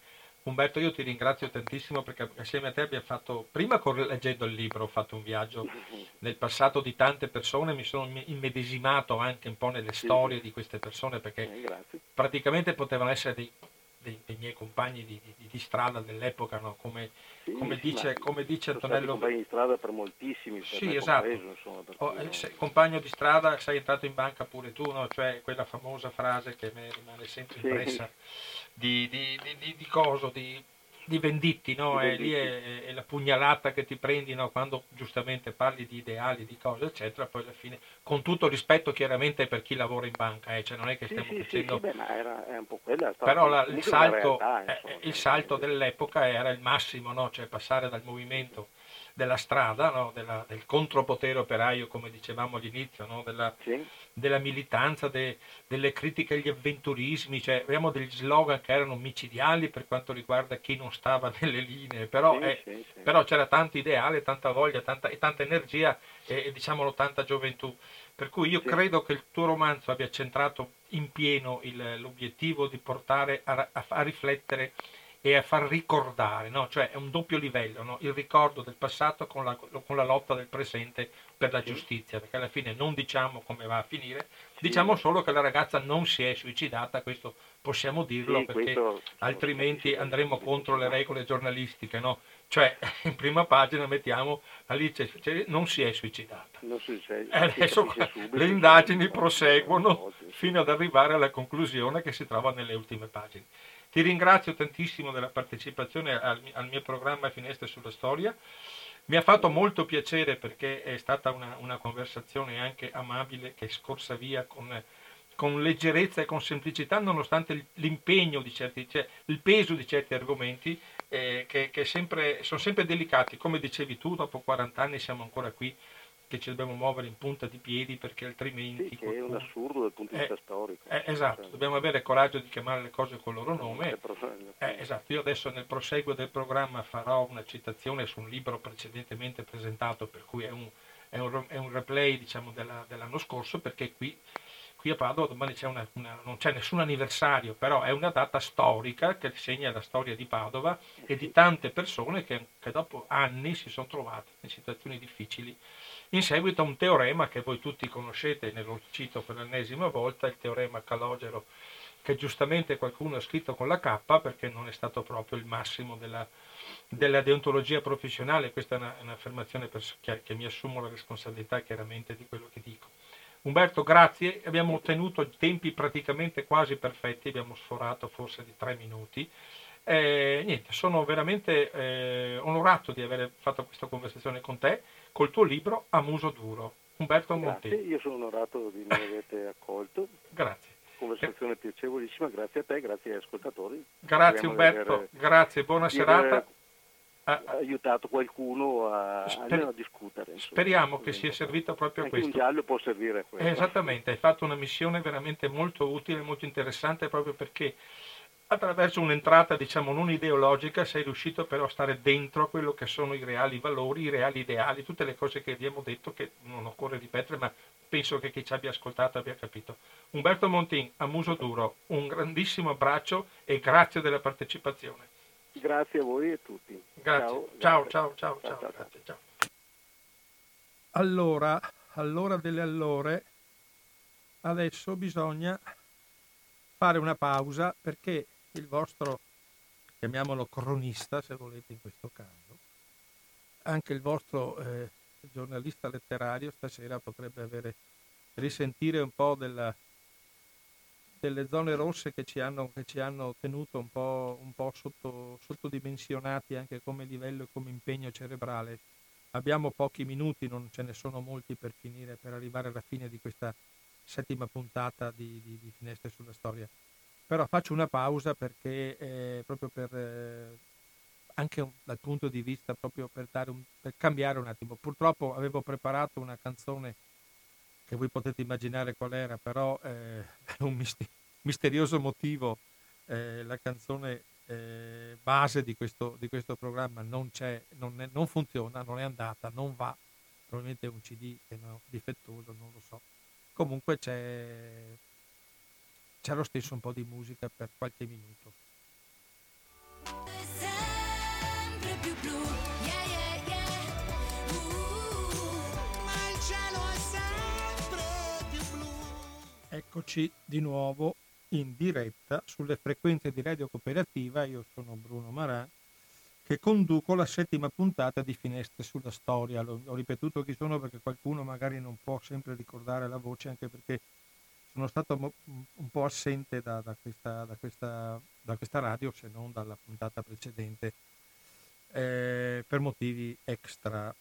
Speaker 3: Umberto, io ti ringrazio tantissimo perché assieme a te abbiamo fatto, prima con- leggendo il libro, ho fatto un viaggio nel passato di tante persone, mi sono immedesimato anche un po' nelle
Speaker 2: Sì,
Speaker 3: storie di queste persone perché
Speaker 2: eh, grazie.
Speaker 3: praticamente potevano essere dei, dei- dei miei compagni di, di- di strada dell'epoca, no? Come,
Speaker 2: Sì,
Speaker 3: come
Speaker 2: sì, ma
Speaker 3: dice, come dice
Speaker 2: sono stati
Speaker 3: Antonello.
Speaker 2: compagni di strada per moltissimi, per
Speaker 3: Sì,
Speaker 2: me
Speaker 3: esatto.
Speaker 2: compreso, insomma, per
Speaker 3: Oh,
Speaker 2: cui
Speaker 3: eh,
Speaker 2: non...
Speaker 3: sei compagno di strada, sei entrato in banca pure tu, no? Cioè quella famosa frase che a me rimane sempre
Speaker 2: Sì,
Speaker 3: impressa di, di, di, di, di coso, di, di Venditti,
Speaker 2: di
Speaker 3: no? È, lì
Speaker 2: venditi.
Speaker 3: è, è la pugnalata che ti prendi, no? Quando giustamente parli di ideali, di cose, eccetera, poi alla fine, con tutto rispetto chiaramente per chi lavora in banca, eh? Cioè non è che
Speaker 2: Sì,
Speaker 3: stiamo
Speaker 2: sì, sì, sì,
Speaker 3: facendo.
Speaker 2: beh, ma era, è un po' quella, è stata
Speaker 3: Però la- il
Speaker 2: comunque una
Speaker 3: salto,
Speaker 2: realtà,
Speaker 3: eh,
Speaker 2: insomma,
Speaker 3: il
Speaker 2: che,
Speaker 3: salto
Speaker 2: che-
Speaker 3: dell'epoca era il massimo, no? Cioè passare dal movimento della strada, no? Della- del contropotere operaio, come dicevamo all'inizio, no? Della,
Speaker 2: sì,
Speaker 3: della militanza, de- delle critiche agli avventurismi, cioè abbiamo degli slogan che erano micidiali per quanto riguarda chi non stava nelle linee, però,
Speaker 2: sì,
Speaker 3: eh,
Speaker 2: sì, sì,
Speaker 3: però c'era tanto ideale, tanta voglia, tanta, e tanta energia e, e diciamolo tanta gioventù. Per cui io
Speaker 2: sì,
Speaker 3: credo che il tuo romanzo abbia centrato in pieno il- l'obiettivo di portare a, a- a riflettere e a far ricordare, no? Cioè è un doppio livello, no? Il ricordo del passato con la, con la lotta del presente per la
Speaker 2: sì,
Speaker 3: giustizia, perché alla fine non diciamo come va a finire,
Speaker 2: sì,
Speaker 3: diciamo solo che la ragazza non si è suicidata, questo possiamo dirlo
Speaker 2: sì,
Speaker 3: perché
Speaker 2: questo sono
Speaker 3: altrimenti
Speaker 2: simpaticissimo
Speaker 3: andremo
Speaker 2: subito,
Speaker 3: contro
Speaker 2: sì.
Speaker 3: le regole giornalistiche, no? Cioè in prima pagina mettiamo Alice cioè, non si è suicidata.
Speaker 2: Non so se
Speaker 3: E
Speaker 2: si
Speaker 3: adesso
Speaker 2: capisce
Speaker 3: le
Speaker 2: subito, insomma,
Speaker 3: indagini
Speaker 2: poi ci sono le
Speaker 3: proseguono
Speaker 2: cose, sì.
Speaker 3: fino ad arrivare alla conclusione che si trova nelle ultime pagine. Ti ringrazio tantissimo della partecipazione al, al mio programma Finestre sulla Storia. Mi ha fatto molto piacere perché è stata una, una conversazione anche amabile che è scorsa via con, con leggerezza e con semplicità, nonostante l'impegno di certi, cioè il peso di certi argomenti eh, che, che sempre, sono sempre delicati. Come dicevi tu, dopo quaranta anni siamo ancora qui che ci dobbiamo muovere in punta di piedi perché
Speaker 2: Sì,
Speaker 3: altrimenti
Speaker 2: che è un
Speaker 3: qualcuno.
Speaker 2: assurdo dal punto di
Speaker 3: Eh,
Speaker 2: vista storico,
Speaker 3: eh,
Speaker 2: insomma, cioè,
Speaker 3: esatto, dobbiamo avere coraggio di chiamare le cose col loro
Speaker 2: cioè, non c'è
Speaker 3: nome.
Speaker 2: problema,
Speaker 3: Eh,
Speaker 2: appunto.
Speaker 3: esatto, io adesso nel proseguo del programma farò una citazione su un libro precedentemente presentato, per cui è un, è un, è un replay diciamo, della, dell'anno scorso, perché qui, qui a Padova domani c'è una, una, non c'è nessun anniversario, però è una data storica che segna la storia di Padova
Speaker 2: Eh
Speaker 3: e di
Speaker 2: sì,
Speaker 3: tante persone che, che dopo anni si sono trovate in situazioni difficili in seguito a un teorema che voi tutti conoscete, ne lo cito per l'ennesima volta, il teorema Calogero, che giustamente qualcuno ha scritto con la K perché non è stato proprio il massimo della, della deontologia professionale, questa è una, un'affermazione pers- che, che mi assumo la responsabilità chiaramente di quello che dico. Umberto, grazie, abbiamo ottenuto tempi praticamente quasi perfetti, abbiamo sforato forse di tre minuti. Eh, niente, sono veramente eh, onorato di aver fatto questa conversazione con te col tuo libro A muso duro. Umberto
Speaker 2: grazie,
Speaker 3: Monti.
Speaker 2: io sono onorato di mi avete accolto,
Speaker 3: Grazie. Eh,
Speaker 2: conversazione piacevolissima, grazie a te, grazie agli ascoltatori,
Speaker 3: Grazie
Speaker 2: speriamo di
Speaker 3: Umberto,
Speaker 2: aver,
Speaker 3: grazie, buona
Speaker 2: di aver
Speaker 3: serata. Ah, ah,
Speaker 2: aiutato qualcuno a
Speaker 3: sper-
Speaker 2: almeno a discutere, insomma,
Speaker 3: speriamo che
Speaker 2: così
Speaker 3: sia
Speaker 2: un po'.
Speaker 3: servito proprio a
Speaker 2: Anche un
Speaker 3: questo.
Speaker 2: giallo può servire a
Speaker 3: Eh,
Speaker 2: quello.
Speaker 3: Esattamente, hai fatto una missione veramente molto utile, molto interessante proprio perché attraverso un'entrata diciamo non ideologica sei riuscito però a stare dentro a quello che sono i reali valori, i reali ideali, tutte le cose che abbiamo detto che non occorre ripetere ma penso che chi ci abbia ascoltato abbia capito. Umberto Montin, a muso duro, un grandissimo abbraccio e grazie della partecipazione.
Speaker 2: Grazie a voi e a tutti.
Speaker 3: Grazie,
Speaker 2: Ciao,
Speaker 3: ciao
Speaker 2: grazie.
Speaker 3: ciao ciao
Speaker 2: Ciao,
Speaker 3: ciao,
Speaker 2: ciao, ciao.
Speaker 3: grazie, ciao.
Speaker 1: Allora, all'ora delle allore, adesso bisogna fare una pausa perché il vostro, chiamiamolo cronista se volete in questo caso, anche il vostro eh, giornalista letterario stasera potrebbe avere risentire un po' della, delle zone rosse che ci hanno, che ci hanno tenuto un po', un po' sotto, sottodimensionati anche come livello e come impegno cerebrale. Abbiamo pochi minuti, non ce ne sono molti per finire, per arrivare alla fine di questa settima puntata di, di, di Finestre sulla Storia. Però faccio una pausa perché eh, proprio per eh, anche un, dal punto di vista proprio per, dare un, per cambiare un attimo. Purtroppo avevo preparato una canzone che voi potete immaginare qual era, però eh, per un mister- misterioso motivo eh, la canzone eh, base di questo, di questo programma non c'è, non, è, non funziona, non è andata, non va, probabilmente è un C D che è difettoso, non lo so. Comunque c'è, c'è lo stesso un po' di musica per qualche minuto.
Speaker 4: Sempre più blu, yeah, yeah, yeah. Uh, ma il cielo è sempre più blu.
Speaker 1: Eccoci di nuovo in diretta sulle frequenze di Radio Cooperativa. Io sono Bruno Marà, che conduco la settima puntata di Finestre sulla Storia. L'ho, ho ripetuto chi sono perché qualcuno magari non può sempre ricordare la voce, anche perché sono stato mo- un po' assente da, da, questa, da, questa, da questa radio, se non dalla puntata precedente, eh, per motivi extra,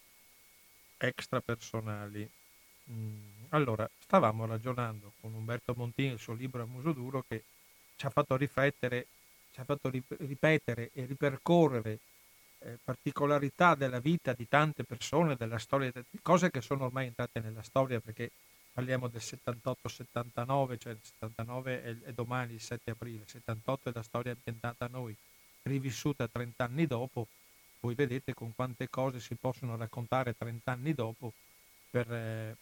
Speaker 1: extra personali. Mm, Allora, stavamo ragionando con Umberto Montini, il suo libro A muso duro, che ci ha fatto riflettere, ci ha fatto rip- ripetere e ripercorrere eh, particolarità della vita di tante persone, della storia, de- cose che sono ormai entrate nella storia, perché parliamo del settantotto settantanove, cioè il settantanove è, è domani, il sette aprile, il settantotto è la storia ambientata a noi, rivissuta trenta anni dopo. Voi vedete con quante cose si possono raccontare trenta anni dopo per, eh,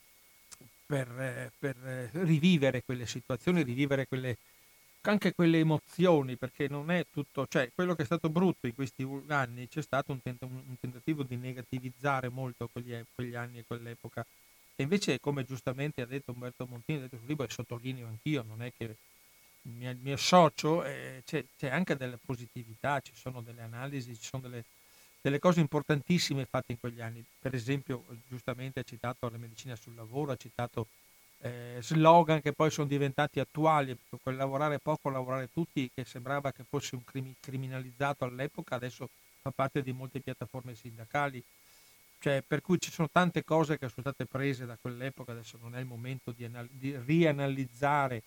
Speaker 1: per, eh, per eh, rivivere quelle situazioni, rivivere quelle, anche quelle emozioni, perché non è tutto, cioè quello che è stato brutto in questi u- anni, c'è stato un, tent- un tentativo di negativizzare molto quegli, e- quegli anni e quell'epoca, e invece, come giustamente ha detto Umberto Montini, ha detto sul libro, e sottolineo anch'io, non è che mi, mi associo, eh, c'è, c'è anche della positività, ci sono delle analisi, ci sono delle, delle cose importantissime fatte in quegli anni. Per esempio, giustamente ha citato la medicina sul lavoro, ha citato eh, slogan che poi sono diventati attuali, quel lavorare poco, lavorare tutti, che sembrava che fosse un crimi- criminalizzato all'epoca, adesso fa parte di molte piattaforme sindacali. Cioè, per cui ci sono tante cose che sono state prese da quell'epoca, adesso non è il momento di, anal- di rianalizzare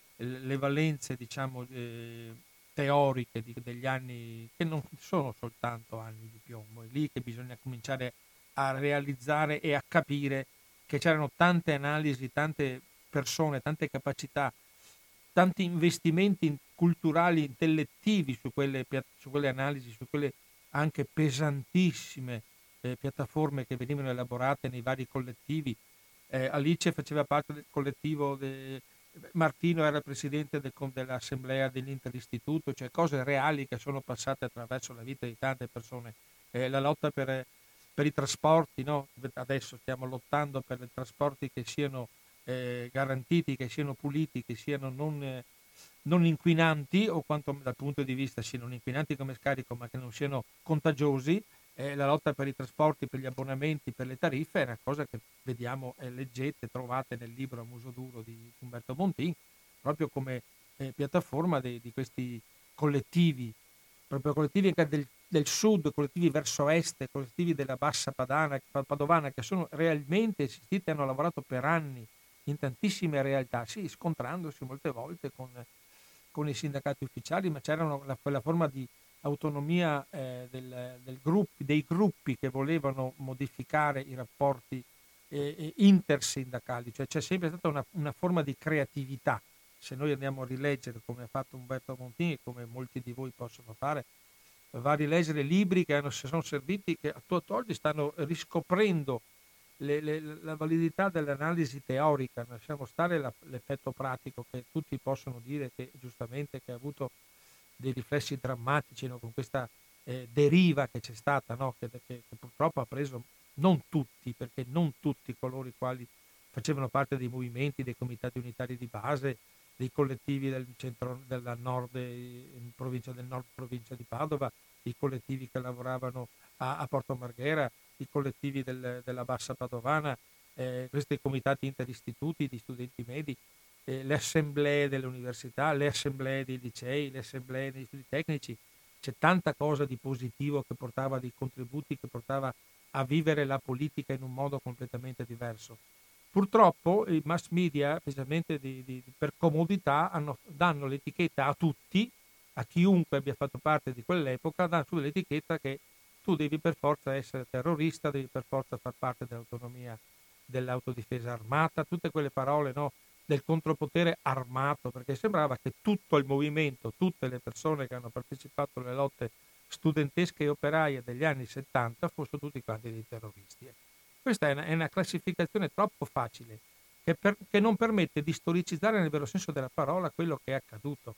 Speaker 1: le valenze, diciamo, eh, teoriche di- degli anni, che non sono soltanto anni di piombo, è lì che bisogna cominciare a realizzare e a capire che c'erano tante analisi, tante persone, tante capacità, tanti investimenti culturali, intellettivi su quelle, pia- su quelle analisi, su quelle anche pesantissime eh, piattaforme che venivano elaborate nei vari collettivi. Eh, Alice faceva parte del collettivo, de... Martino era il presidente del, dell'assemblea dell'interistituto, cioè cose reali che sono passate attraverso la vita di tante persone. Eh, la lotta per, per i trasporti, no? Adesso stiamo lottando per i trasporti che siano eh, garantiti, che siano puliti, che siano non, eh, non inquinanti, o quanto dal punto di vista siano non inquinanti come scarico, ma che non siano contagiosi. Eh, la lotta per i trasporti, per gli abbonamenti, per le tariffe è una cosa che vediamo e leggete, trovate nel libro A muso duro di Umberto Montin, proprio come eh, piattaforma di, di questi collettivi, proprio collettivi anche del, del sud, collettivi verso est, collettivi della bassa padana, padovana, che sono realmente esistiti e hanno lavorato per anni in tantissime realtà, sì, scontrandosi molte volte con, con i sindacati ufficiali, ma c'era una, quella forma di autonomia eh, del, del gruppi, dei gruppi che volevano modificare i rapporti eh, intersindacali, cioè c'è sempre stata una, una forma di creatività. Se noi andiamo a rileggere, come ha fatto Umberto Montini, come molti di voi possono fare, va a rileggere libri che hanno, si sono serviti, che attualmente stanno riscoprendo le, le, la validità dell'analisi teorica, lasciamo stare la, l'effetto pratico, che tutti possono dire che giustamente che ha avuto dei riflessi drammatici, no? Con questa eh, deriva che c'è stata, no? che, che, che purtroppo ha preso non tutti, perché non tutti coloro i quali facevano parte dei movimenti, dei comitati unitari di base, dei collettivi del centro della nord, in provincia del nord, provincia di Padova, i collettivi che lavoravano a, a Porto Marghera, i collettivi del, della bassa padovana, eh, questi comitati interistituti di studenti medi, eh, le assemblee delle università, le assemblee dei licei, le assemblee degli studi tecnici. C'è tanta cosa di positivo che portava dei contributi, che portava a vivere la politica in un modo completamente diverso. Purtroppo i mass media, specialmente di, di, per comodità, hanno, danno l'etichetta a tutti, a chiunque abbia fatto parte di quell'epoca, danno l'etichetta che tu devi per forza essere terrorista, devi per forza far parte dell'autonomia dell'autodifesa armata, tutte quelle parole, no, del contropotere armato, perché sembrava che tutto il movimento, tutte le persone che hanno partecipato alle lotte studentesche e operaie degli anni settanta fossero tutti quanti dei terroristi. Questa è una, è una classificazione troppo facile, che, per, che non permette di storicizzare nel vero senso della parola quello che è accaduto.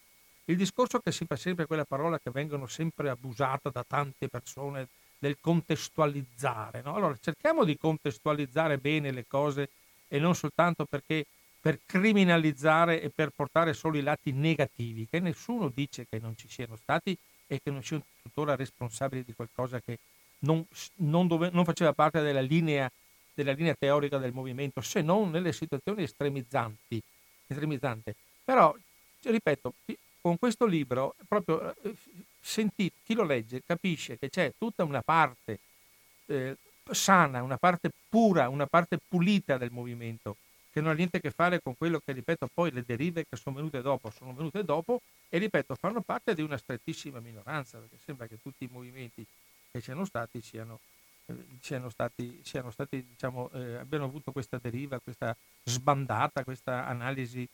Speaker 1: il discorso che si fa sempre, quella parola che vengono sempre abusata da tante persone, del contestualizzare, no? Allora cerchiamo di contestualizzare bene le cose e non soltanto perché per criminalizzare e per portare solo i lati negativi, che nessuno dice che non ci siano stati e che non siano tuttora responsabili di qualcosa che non, non, dove, non faceva parte della linea, della linea teorica del movimento, se non nelle situazioni estremizzanti. estremizzante. Però, ripeto, con questo libro, proprio senti, chi lo legge capisce che c'è tutta una parte eh, sana, una parte pura, una parte pulita del movimento, che non ha niente a che fare con quello che, ripeto, poi le derive che sono venute dopo, sono venute dopo e, ripeto, fanno parte di una strettissima minoranza, perché sembra che tutti i movimenti che siano stati siano, eh, siano stati, siano stati diciamo, eh, abbiano avuto questa deriva, questa sbandata, questa analisi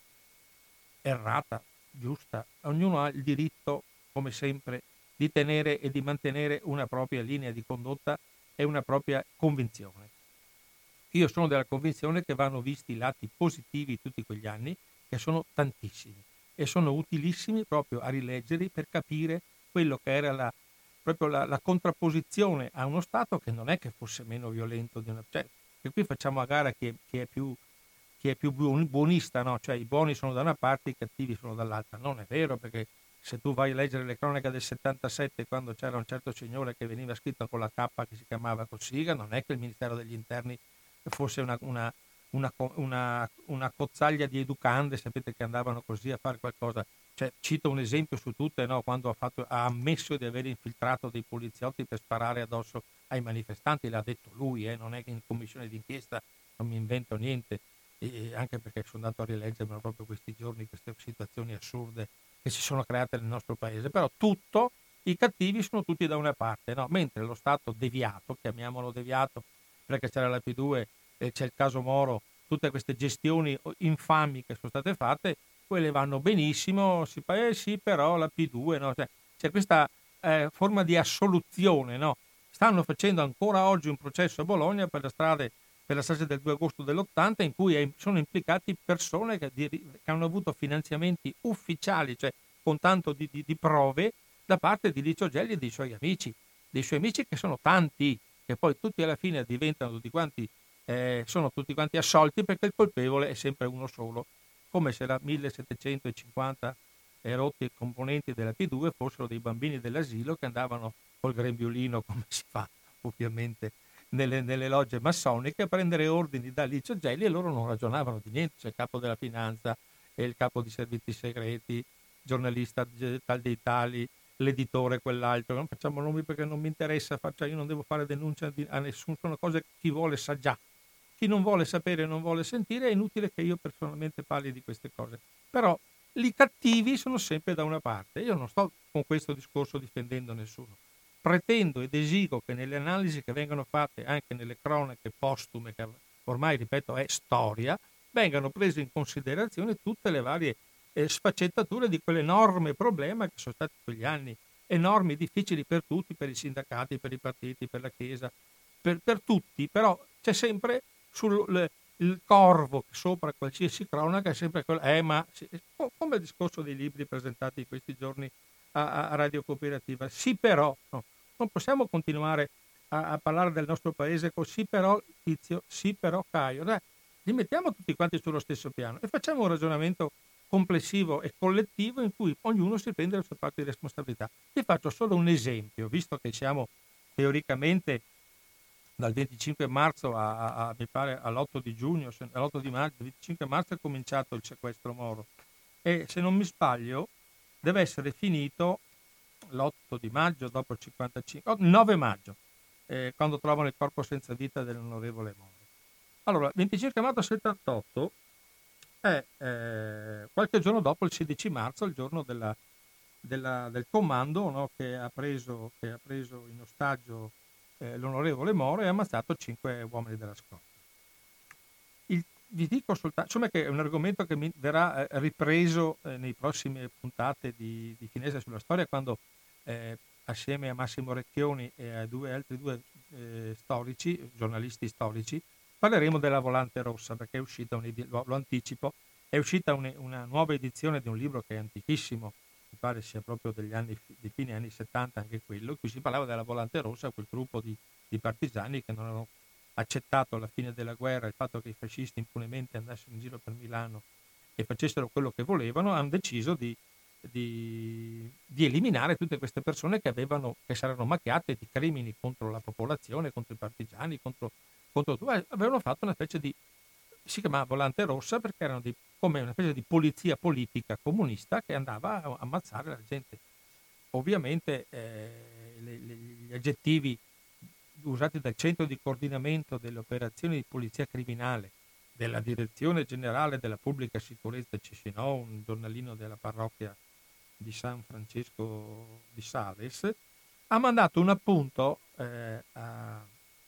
Speaker 1: errata, giusta. Ognuno ha il diritto, come sempre, di tenere e di mantenere una propria linea di condotta e una propria convinzione. Io sono della convinzione che vanno visti i lati positivi tutti quegli anni, che sono tantissimi e sono utilissimi proprio a rileggerli per capire quello che era la, proprio la, la contrapposizione a uno Stato che non è che fosse meno violento di una... Cioè, che qui facciamo a gara chi è, chi è più chi è più buonista, no? Cioè i buoni sono da una parte, i cattivi sono dall'altra. Non è vero, perché se tu vai a leggere le cronache del settantasette, quando c'era un certo signore che veniva scritto con la K che si chiamava Cossiga, non è che il Ministero degli Interni fosse una, una, una, una, una cozzaglia di educande, sapete, che andavano così a fare qualcosa. Cioè, cito un esempio su tutte, no? Quando ha, fatto, ha ammesso di aver infiltrato dei poliziotti per sparare addosso ai manifestanti, l'ha detto lui, eh? Non è che in commissione d'inchiesta non mi invento niente. E anche perché sono andato a rileggermi proprio questi giorni queste situazioni assurde che si sono create nel nostro paese. Però tutto, i cattivi sono tutti da una parte, no? Mentre lo Stato deviato, chiamiamolo deviato, perché c'era la P due e c'è il caso Moro, tutte queste gestioni infami che sono state fatte, quelle vanno benissimo, si fa, eh sì, però la P due, no? Cioè, c'è questa eh, forma di assoluzione, no? Stanno facendo ancora oggi un processo a Bologna per le strade, per la strage del due agosto dell'ottanta, in cui sono implicati persone che, che hanno avuto finanziamenti ufficiali, cioè con tanto di, di, di prove, da parte di Licio Gelli e dei suoi amici, dei suoi amici che sono tanti, che poi tutti alla fine diventano tutti quanti, eh, sono tutti quanti assolti, perché il colpevole è sempre uno solo, come se la millesettecentocinquanta rotti componenti della P due fossero dei bambini dell'asilo che andavano col grembiulino, come si fa ovviamente Nelle, nelle logge massoniche, a prendere ordini da Licio Gelli, e loro non ragionavano di niente. C'è il capo della finanza e il capo di servizi segreti, giornalista tal dei tali, l'editore quell'altro. Non facciamo nomi perché non mi interessa, cioè io non devo fare denuncia a nessuno, sono cose che chi vuole sa già. Chi non vuole sapere e non vuole sentire, è inutile che io personalmente parli di queste cose. Però i cattivi sono sempre da una parte. Io non sto con questo discorso difendendo nessuno. Pretendo ed esigo che nelle analisi che vengono fatte anche nelle cronache postume, che ormai, ripeto, è storia, vengano prese in considerazione tutte le varie eh, sfaccettature di quell'enorme problema che sono stati quegli anni, enormi, difficili per tutti, per i sindacati, per i partiti, per la Chiesa, per, per tutti, però c'è sempre sul le, il corvo sopra qualsiasi cronaca, è sempre quello, eh ma, come il discorso dei libri presentati in questi giorni a, a Radio Cooperativa, sì però, no. Non possiamo continuare a, a parlare del nostro paese con sì però Tizio, sì però Caio. Dai, li mettiamo tutti quanti sullo stesso piano e facciamo un ragionamento complessivo e collettivo in cui ognuno si prende la sua parte di responsabilità. Vi faccio solo un esempio, visto che siamo teoricamente dal venticinque marzo a, a, a mi pare all'otto di giugno, all'otto di maggio, il venticinque marzo è cominciato il sequestro Moro e se non mi sbaglio deve essere finito l'otto di maggio, dopo il cinquantacinque, oh, nove maggio, eh, quando trovano il corpo senza vita dell'onorevole Moro. Allora, venticinque maggio settantotto è eh, qualche giorno dopo il sedici marzo, il giorno della, della, del comando, no, che, ha preso, che ha preso in ostaggio eh, l'onorevole Moro e ha ammazzato cinque uomini della scorta. Il, vi dico soltanto, insomma, che è un argomento che mi verrà eh, ripreso eh, nei prossime puntate di, di Finestre sulla Storia, quando eh, assieme a Massimo Recchioni e a due altri due eh, storici, giornalisti storici, parleremo della Volante Rossa, perché è uscita, un, lo, lo anticipo, è uscita un, una nuova edizione di un libro che è antichissimo, mi pare sia proprio degli anni, di fine anni settanta anche quello, in cui si parlava della Volante Rossa, quel gruppo di, di partigiani che non hanno accettato alla fine della guerra il fatto che i fascisti impunemente andassero in giro per Milano e facessero quello che volevano, hanno deciso di, di, di eliminare tutte queste persone che avevano, che si erano macchiate di crimini contro la popolazione, contro i partigiani, contro, contro avevano fatto una specie di, si chiamava Volante Rossa perché erano di, come una specie di polizia politica comunista che andava a ammazzare la gente. Ovviamente eh, le, le, gli aggettivi usati dal centro di coordinamento delle operazioni di polizia criminale della direzione generale della pubblica sicurezza Cicinò, un giornalino della parrocchia di San Francesco di Sales, ha mandato un appunto eh, a,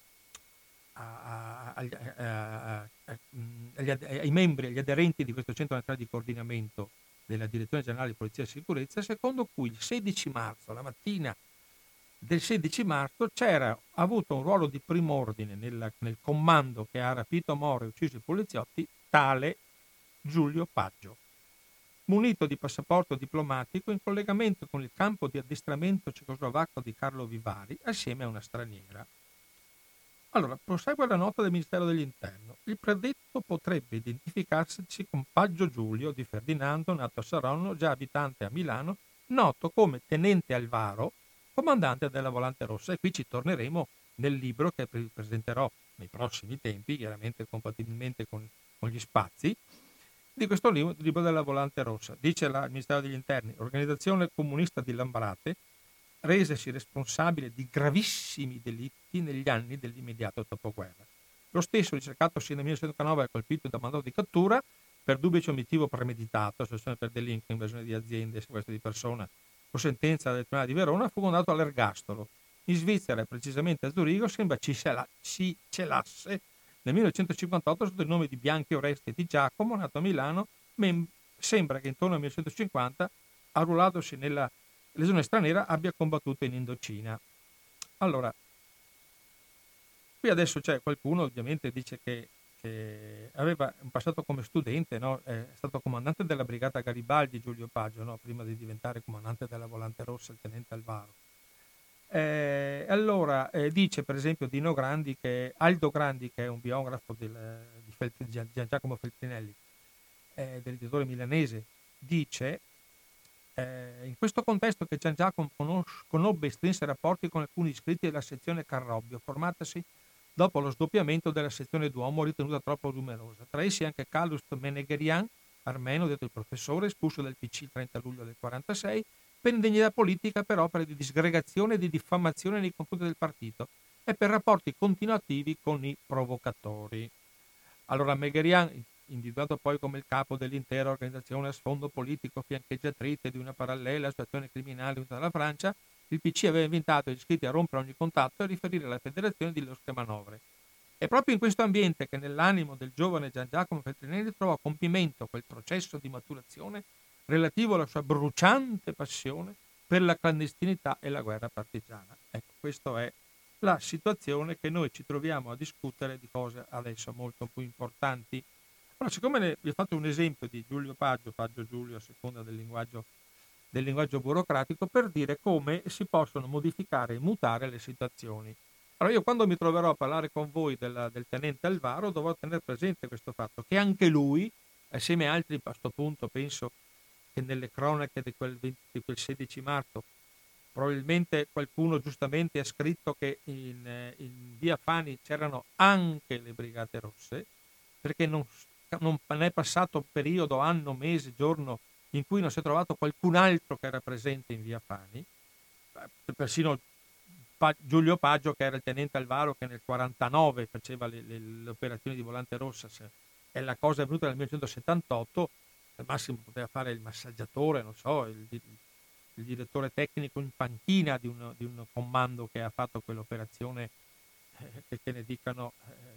Speaker 1: a, a, a, agli, ai membri, agli aderenti di questo centro nazionale di coordinamento della direzione generale di polizia e sicurezza, secondo cui il sedici marzo, la mattina del sedici marzo, c'era avuto un ruolo di prim'ordine nel, nel comando che ha rapito Moro e ucciso i poliziotti tale Giulio Paggio, munito di passaporto diplomatico in collegamento con il campo di addestramento cecoslovacco di Carlo Vivari assieme a una straniera. Allora, prosegue la nota del Ministero dell'Interno. Il predetto potrebbe identificarsi con Paggio Giulio di Ferdinando, nato a Saronno, già abitante a Milano, noto come Tenente Alvaro, comandante della Volante Rossa. E qui ci torneremo nel libro che presenterò nei prossimi tempi, chiaramente compatibilmente con, con gli spazi, di questo libro, libro della Volante Rossa. Dice la, il Ministero degli Interni: organizzazione comunista di Lambrate, resesi responsabile di gravissimi delitti negli anni dell'immediato dopoguerra. Lo stesso, ricercatosi nel millenovecentonovantanove e colpito da mandato di cattura per duplice omissivo premeditato, associazione per delinquere, invasione di aziende, sequestro di persona, con sentenza del Tribunale di Verona, fu condannato all'ergastolo. In Svizzera, e precisamente a Zurigo, sembra ci celasse nel millenovecentocinquantotto sotto il nome di Bianchi Oresti e di Giacomo, nato a Milano. Mem- sembra che intorno al millenovecentocinquanta, arruolatosi nella legione straniera, abbia combattuto in Indocina. Allora, qui adesso c'è qualcuno, ovviamente, dice che, che aveva un passato come studente, no? È stato comandante della brigata Garibaldi Giulio Paggio, no? Prima di diventare comandante della Volante Rossa, il tenente Alvaro. Eh, allora, eh, dice per esempio Dino Grandi, che Aldo Grandi, che è un biografo del, di, Felt- di Giacomo Feltrinelli, eh, dell'editore milanese, dice: Eh, in questo contesto che Gian Giacomo conos- conobbe e strinse rapporti con alcuni iscritti della sezione Carrobbio, formatasi dopo lo sdoppiamento della sezione Duomo, ritenuta troppo numerosa. Tra essi anche Calouste Menegherian, armeno, detto il professore, espulso dal P C il trenta luglio del quarantasei, per indegnità politica, per opere di disgregazione e di diffamazione nei confronti del partito e per rapporti continuativi con i provocatori. Allora Megherian, individuato poi come il capo dell'intera organizzazione a sfondo politico fiancheggiatrice di una parallela associazione criminale unita dalla Francia, il P C aveva invitato gli iscritti a rompere ogni contatto e a riferire alla federazione di losche manovre. È proprio in questo ambiente che nell'animo del giovane Gian Giacomo Feltrinelli trovò compimento quel processo di maturazione relativo alla sua bruciante passione per la clandestinità e la guerra partigiana. Ecco, questa è la situazione che noi ci troviamo a discutere di cose adesso molto più importanti. Allora, siccome ne, vi ho fatto un esempio di Giulio Paggio, Paggio Giulio a seconda del linguaggio, del linguaggio burocratico, per dire come si possono modificare e mutare le situazioni. Allora, io quando mi troverò a parlare con voi della, del tenente Alvaro, dovrò tenere presente questo fatto, che anche lui, assieme a altri, a questo punto penso che nelle cronache di quel, venti, di quel sedici marzo, probabilmente qualcuno giustamente ha scritto che in, in via Fani c'erano anche le Brigate Rosse, perché non non è passato periodo, anno, mese, giorno in cui non si è trovato qualcun altro che era presente in via Fani, persino Giulio Paggio, che era il tenente Alvaro, che nel quarantanove faceva le, le, le operazioni di Volante Rossa, e la cosa è venuta nel millenovecentosettantotto, al massimo poteva fare il massaggiatore, non so, il, il direttore tecnico in panchina di un, di un comando che ha fatto quell'operazione, eh, che, che ne dicano, eh,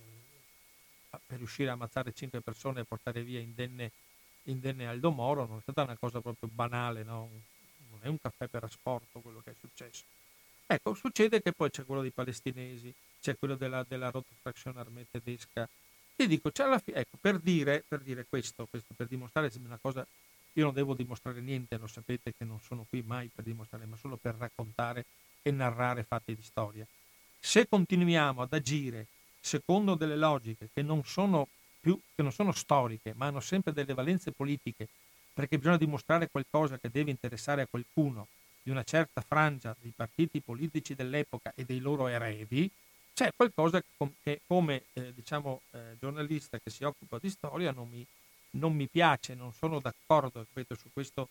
Speaker 1: per riuscire a ammazzare cinque persone e portare via indenne, indenne Aldo Moro. Non è stata una cosa proprio banale, no? Non è un caffè per asporto quello che è successo. Ecco, succede che poi c'è quello dei palestinesi, c'è quello della, della Rottfraktion Armee tedesca. E dico, c'è alla fi- ecco, per dire, per dire questo, questo, per dimostrare una cosa io non devo dimostrare niente, lo sapete che non sono qui mai per dimostrare, ma solo per raccontare e narrare fatti di storia. Se continuiamo ad agire secondo delle logiche che non sono più, che non sono storiche, ma hanno sempre delle valenze politiche, perché bisogna dimostrare qualcosa che deve interessare a qualcuno di una certa frangia dei partiti politici dell'epoca e dei loro eredi, c'è qualcosa che come eh, diciamo eh, giornalista che si occupa di storia non mi, non mi piace, non sono d'accordo, ripeto, su questo,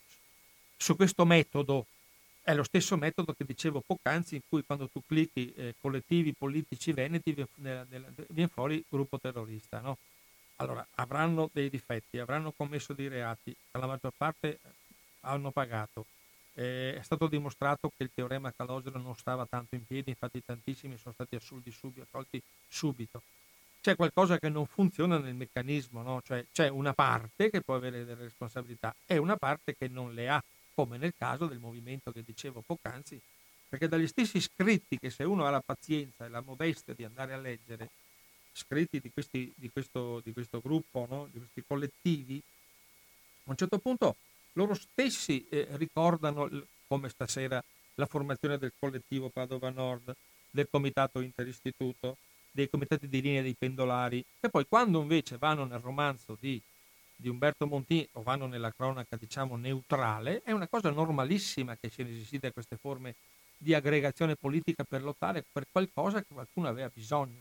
Speaker 1: su questo metodo. È lo stesso metodo che dicevo poc'anzi, in cui quando tu clicchi eh, collettivi politici veneti viene fuori gruppo terrorista, no? Allora, avranno dei difetti, avranno commesso dei reati, la maggior parte hanno pagato. Eh, è stato dimostrato che il teorema Calogero non stava tanto in piedi, infatti tantissimi sono stati assolti subito, assolti subito. C'è qualcosa che non funziona nel meccanismo, no? Cioè c'è una parte che può avere delle responsabilità e una parte che non le ha, come nel caso del movimento che dicevo poc'anzi, perché dagli stessi scritti, che se uno ha la pazienza e la modestia di andare a leggere, scritti di, questi, di, questo, di questo gruppo, no? Di questi collettivi, a un certo punto loro stessi eh, ricordano, come stasera, la formazione del collettivo Padova Nord, del comitato interistituto, dei comitati di linea dei pendolari, e poi quando invece vanno nel romanzo di di Umberto Montini o vanno nella cronaca diciamo neutrale, è una cosa normalissima che siano esistite queste forme di aggregazione politica per lottare per qualcosa che qualcuno aveva bisogno.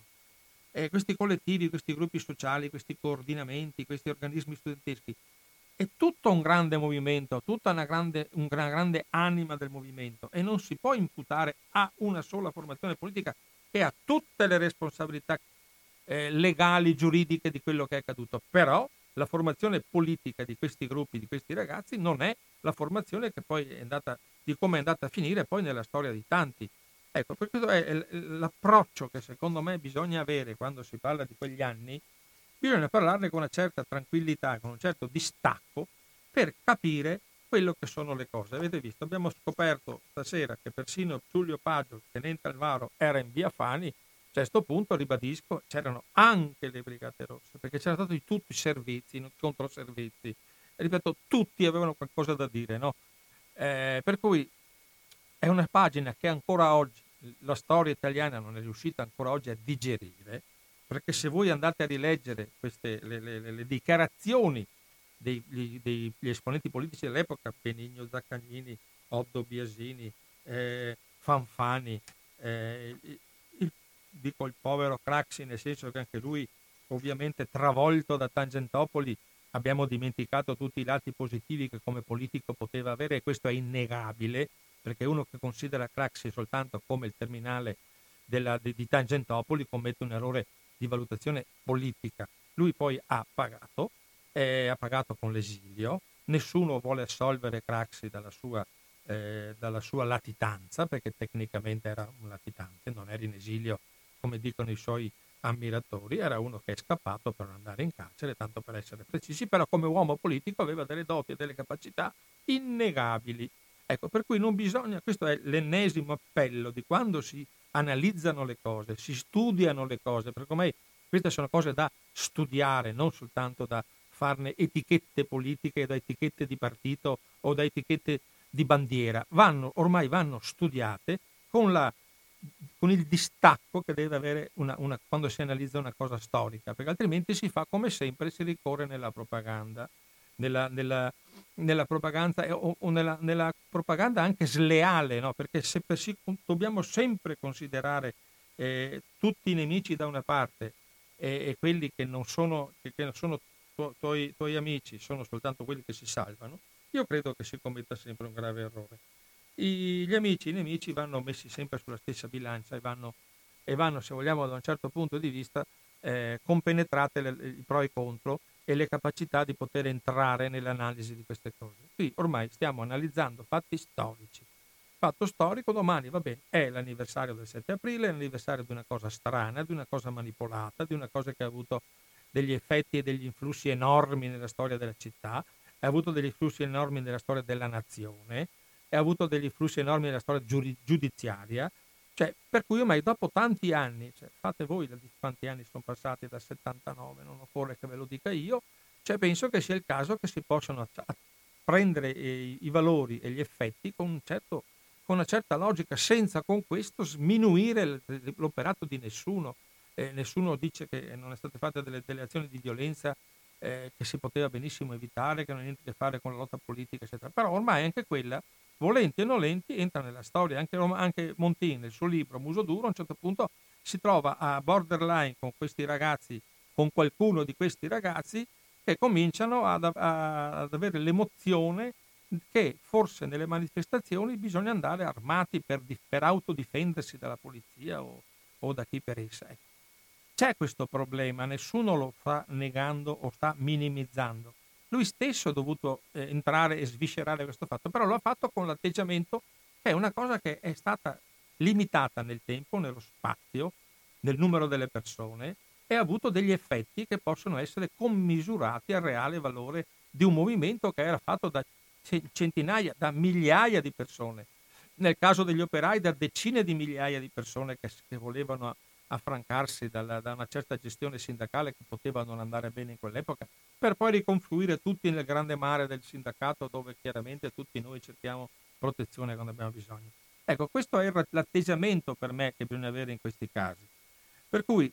Speaker 1: E questi collettivi, questi gruppi sociali, questi coordinamenti, questi organismi studenteschi, è tutto un grande movimento, tutta una grande, una grande anima del movimento, e non si può imputare a una sola formazione politica che ha tutte le responsabilità eh, legali, giuridiche di quello che è accaduto. Però la formazione politica di questi gruppi, di questi ragazzi, non è la formazione che poi è andata, di come è andata a finire poi nella storia di tanti. Ecco, questo è l'approccio che secondo me bisogna avere quando si parla di quegli anni. Bisogna parlarne con una certa tranquillità, con un certo distacco, per capire quello che sono le cose. Avete visto, abbiamo scoperto stasera che persino Giulio Paggio, tenente Alvaro, era in via Fani. Cioè, a questo punto, ribadisco, c'erano anche le Brigate Rosse, perché c'erano stati tutti i servizi, i controservizi. E, ripeto, tutti avevano qualcosa da dire, no? Eh, per cui è una pagina che ancora oggi la storia italiana non è riuscita ancora oggi a digerire, perché se voi andate a rileggere queste le, le, le dichiarazioni dei, dei, degli esponenti politici dell'epoca, Benigno Zaccagnini, Oddo Biasini, eh, Fanfani, eh, il, dico il povero Craxi, nel senso che anche lui ovviamente travolto da Tangentopoli, abbiamo dimenticato tutti i lati positivi che come politico poteva avere, e questo è innegabile, perché uno che considera Craxi soltanto come il terminale della, di, di Tangentopoli commette un errore di valutazione politica. Lui poi ha pagato, eh, ha pagato con l'esilio, nessuno vuole assolvere Craxi dalla sua, eh, dalla sua latitanza, perché tecnicamente era un latitante, non era in esilio come dicono i suoi ammiratori, era uno che è scappato per non andare in carcere, tanto per essere precisi, però come uomo politico aveva delle doti e delle capacità innegabili. Ecco, per cui non bisogna, questo è l'ennesimo appello di quando si analizzano le cose, si studiano le cose, perché ormai queste sono cose da studiare, non soltanto da farne etichette politiche, da etichette di partito o da etichette di bandiera, vanno, ormai vanno studiate con la con il distacco che deve avere una, una, quando si analizza una cosa storica, perché altrimenti si fa come sempre, si ricorre nella propaganda, nella, nella, nella propaganda o, o nella, nella propaganda anche sleale, no? Perché se per si, dobbiamo sempre considerare eh, tutti i nemici da una parte e, e quelli che non sono, che, che sono tu, tuoi, tuoi amici, sono soltanto quelli che si salvano, io credo che si commetta sempre un grave errore. I, gli amici e i nemici vanno messi sempre sulla stessa bilancia e vanno, e vanno se vogliamo, da un certo punto di vista, eh, compenetrate le, i pro e i contro e le capacità di poter entrare nell'analisi di queste cose. Qui ormai stiamo analizzando fatti storici. Fatto storico, domani va bene, è l'anniversario del sette aprile, è l'anniversario di una cosa strana, di una cosa manipolata, di una cosa che ha avuto degli effetti e degli influssi enormi nella storia della città, ha avuto degli influssi enormi nella storia della nazione, e ha avuto degli flussi enormi nella storia giudiziaria, cioè, per cui ormai dopo tanti anni, cioè, fate voi quanti anni sono passati dal settantanove, non occorre che ve lo dica io, Cioè penso che sia il caso che si possano accia- prendere eh, i valori e gli effetti con, un certo, con una certa logica, senza con questo sminuire l- l'operato di nessuno. Eh, nessuno dice che non è state fatte delle, delle azioni di violenza eh, che si poteva benissimo evitare, che non ha niente a che fare con la lotta politica, eccetera. Però ormai anche quella, volenti e nolenti, entra nella storia. Anche, Rom- anche Montin, nel suo libro Muso Duro, a un certo punto si trova a borderline con questi ragazzi, con qualcuno di questi ragazzi, che cominciano ad, a- ad avere l'emozione che forse nelle manifestazioni bisogna andare armati per, di- per autodifendersi dalla polizia o, o da chi per essa. Ecco. C'è questo problema, nessuno lo sta negando o sta minimizzando. Lui stesso ha dovuto eh, entrare e sviscerare questo fatto, però lo ha fatto con l'atteggiamento che è una cosa che è stata limitata nel tempo, nello spazio, nel numero delle persone e ha avuto degli effetti che possono essere commisurati al reale valore di un movimento che era fatto da centinaia, da migliaia di persone. Nel caso degli operai da decine di migliaia di persone che, che volevano affrancarsi dalla, da una certa gestione sindacale che poteva non andare bene in quell'epoca, per poi riconfluire tutti nel grande mare del sindacato dove chiaramente tutti noi cerchiamo protezione quando abbiamo bisogno. Ecco, questo è l'atteggiamento per me che bisogna avere in questi casi. Per cui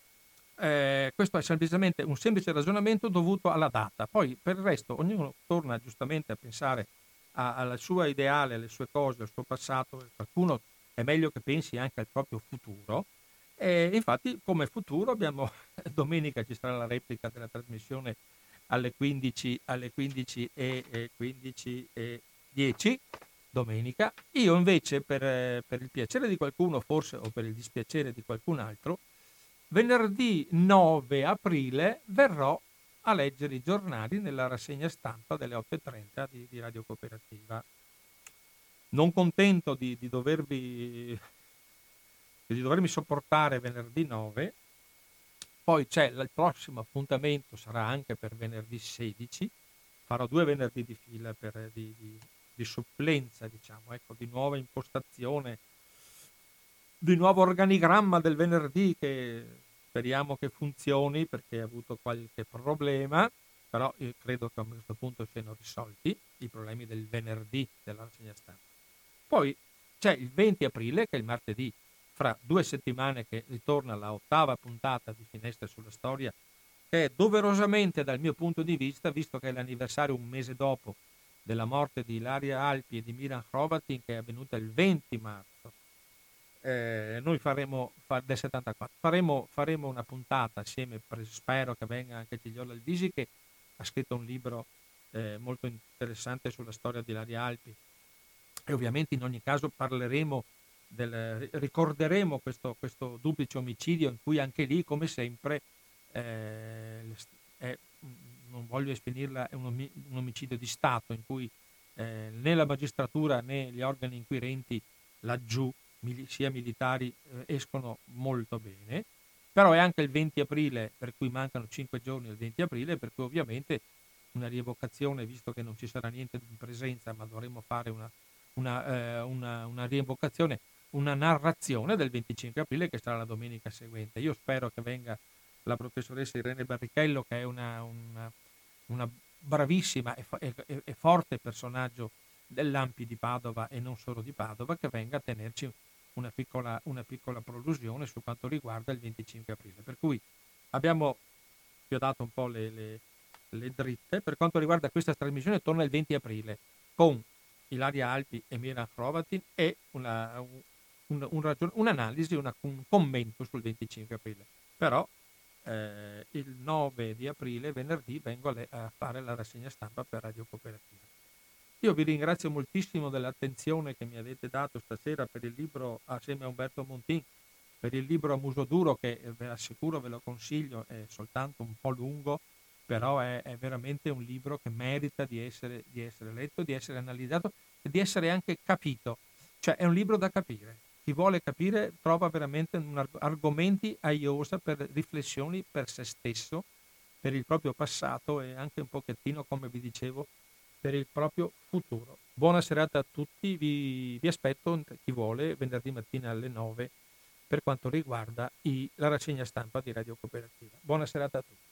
Speaker 1: eh, questo è semplicemente un semplice ragionamento dovuto alla data. Poi per il resto ognuno torna giustamente a pensare a, al suo ideale, alle sue cose, al suo passato. Qualcuno è meglio che pensi anche al proprio futuro. E infatti come futuro abbiamo domenica ci sarà la replica della trasmissione alle quindici, alle quindici e, e quindici e dieci domenica. Io invece per, eh, per il piacere di qualcuno forse o per il dispiacere di qualcun altro venerdì nove aprile verrò a leggere i giornali nella rassegna stampa delle otto e trenta di, di Radio Cooperativa. Non contento di, di dovervi di dovermi sopportare venerdì nove, poi c'è il prossimo appuntamento, sarà anche per venerdì sedici, farò due venerdì di fila per, di, di, di supplenza, diciamo, ecco, di nuova impostazione, di nuovo organigramma del venerdì che speriamo che funzioni perché ha avuto qualche problema, però io credo che a questo punto siano risolti i problemi del venerdì della rassegna stampa. Poi c'è il venti aprile, che è il martedì, fra due settimane che ritorna la ottava puntata di Finestre sulla Storia, che è doverosamente dal mio punto di vista, visto che è l'anniversario un mese dopo della morte di Ilaria Alpi e di Miran Hrovatin, che è avvenuta il venti marzo, eh, noi faremo del settantaquattro faremo, faremo una puntata assieme, spero che venga anche Gigliola Alvisi, che ha scritto un libro eh, molto interessante sulla storia di Ilaria Alpi, e ovviamente in ogni caso parleremo del, ricorderemo questo, questo duplice omicidio in cui anche lì come sempre eh, è, non voglio espinirla, è un, un omicidio di Stato in cui eh, né la magistratura né gli organi inquirenti laggiù sia militari eh, escono molto bene, però è anche il venti aprile, per cui mancano cinque giorni al venti aprile, per cui ovviamente una rievocazione, visto che non ci sarà niente in presenza ma dovremo fare una, una, eh, una, una rievocazione, una narrazione del venticinque aprile che sarà la domenica seguente. Io spero che venga la professoressa Irene Barrichello, che è una, una, una bravissima e, e, e forte personaggio dell'A M P I di Padova e non solo di Padova, che venga a tenerci una piccola, una piccola prolusione su quanto riguarda il venticinque aprile. Per cui abbiamo, vi ho dato un po' le, le, le dritte. Per quanto riguarda questa trasmissione torna il venti aprile con Ilaria Alpi e Miran Hrovatin e una, un, un ragion- un'analisi, una, un commento sul venticinque aprile. Però eh, il nove di aprile, venerdì, vengo a, le- a fare la rassegna stampa per Radio Cooperativa. Io vi ringrazio moltissimo dell'attenzione che mi avete dato stasera per il libro assieme a Umberto Montin, per il libro a muso duro che ve assicuro, ve lo consiglio, è soltanto un po' lungo, però è, è veramente un libro che merita di essere, di essere letto, di essere analizzato e di essere anche capito. Cioè è un libro da capire. Chi vuole capire trova veramente un, argomenti a iosa per riflessioni per se stesso, per il proprio passato e anche un pochettino, come vi dicevo, per il proprio futuro. Buona serata a tutti, vi, vi aspetto, chi vuole, venerdì mattina alle nove per quanto riguarda i, la rassegna stampa di Radio Cooperativa. Buona serata a tutti.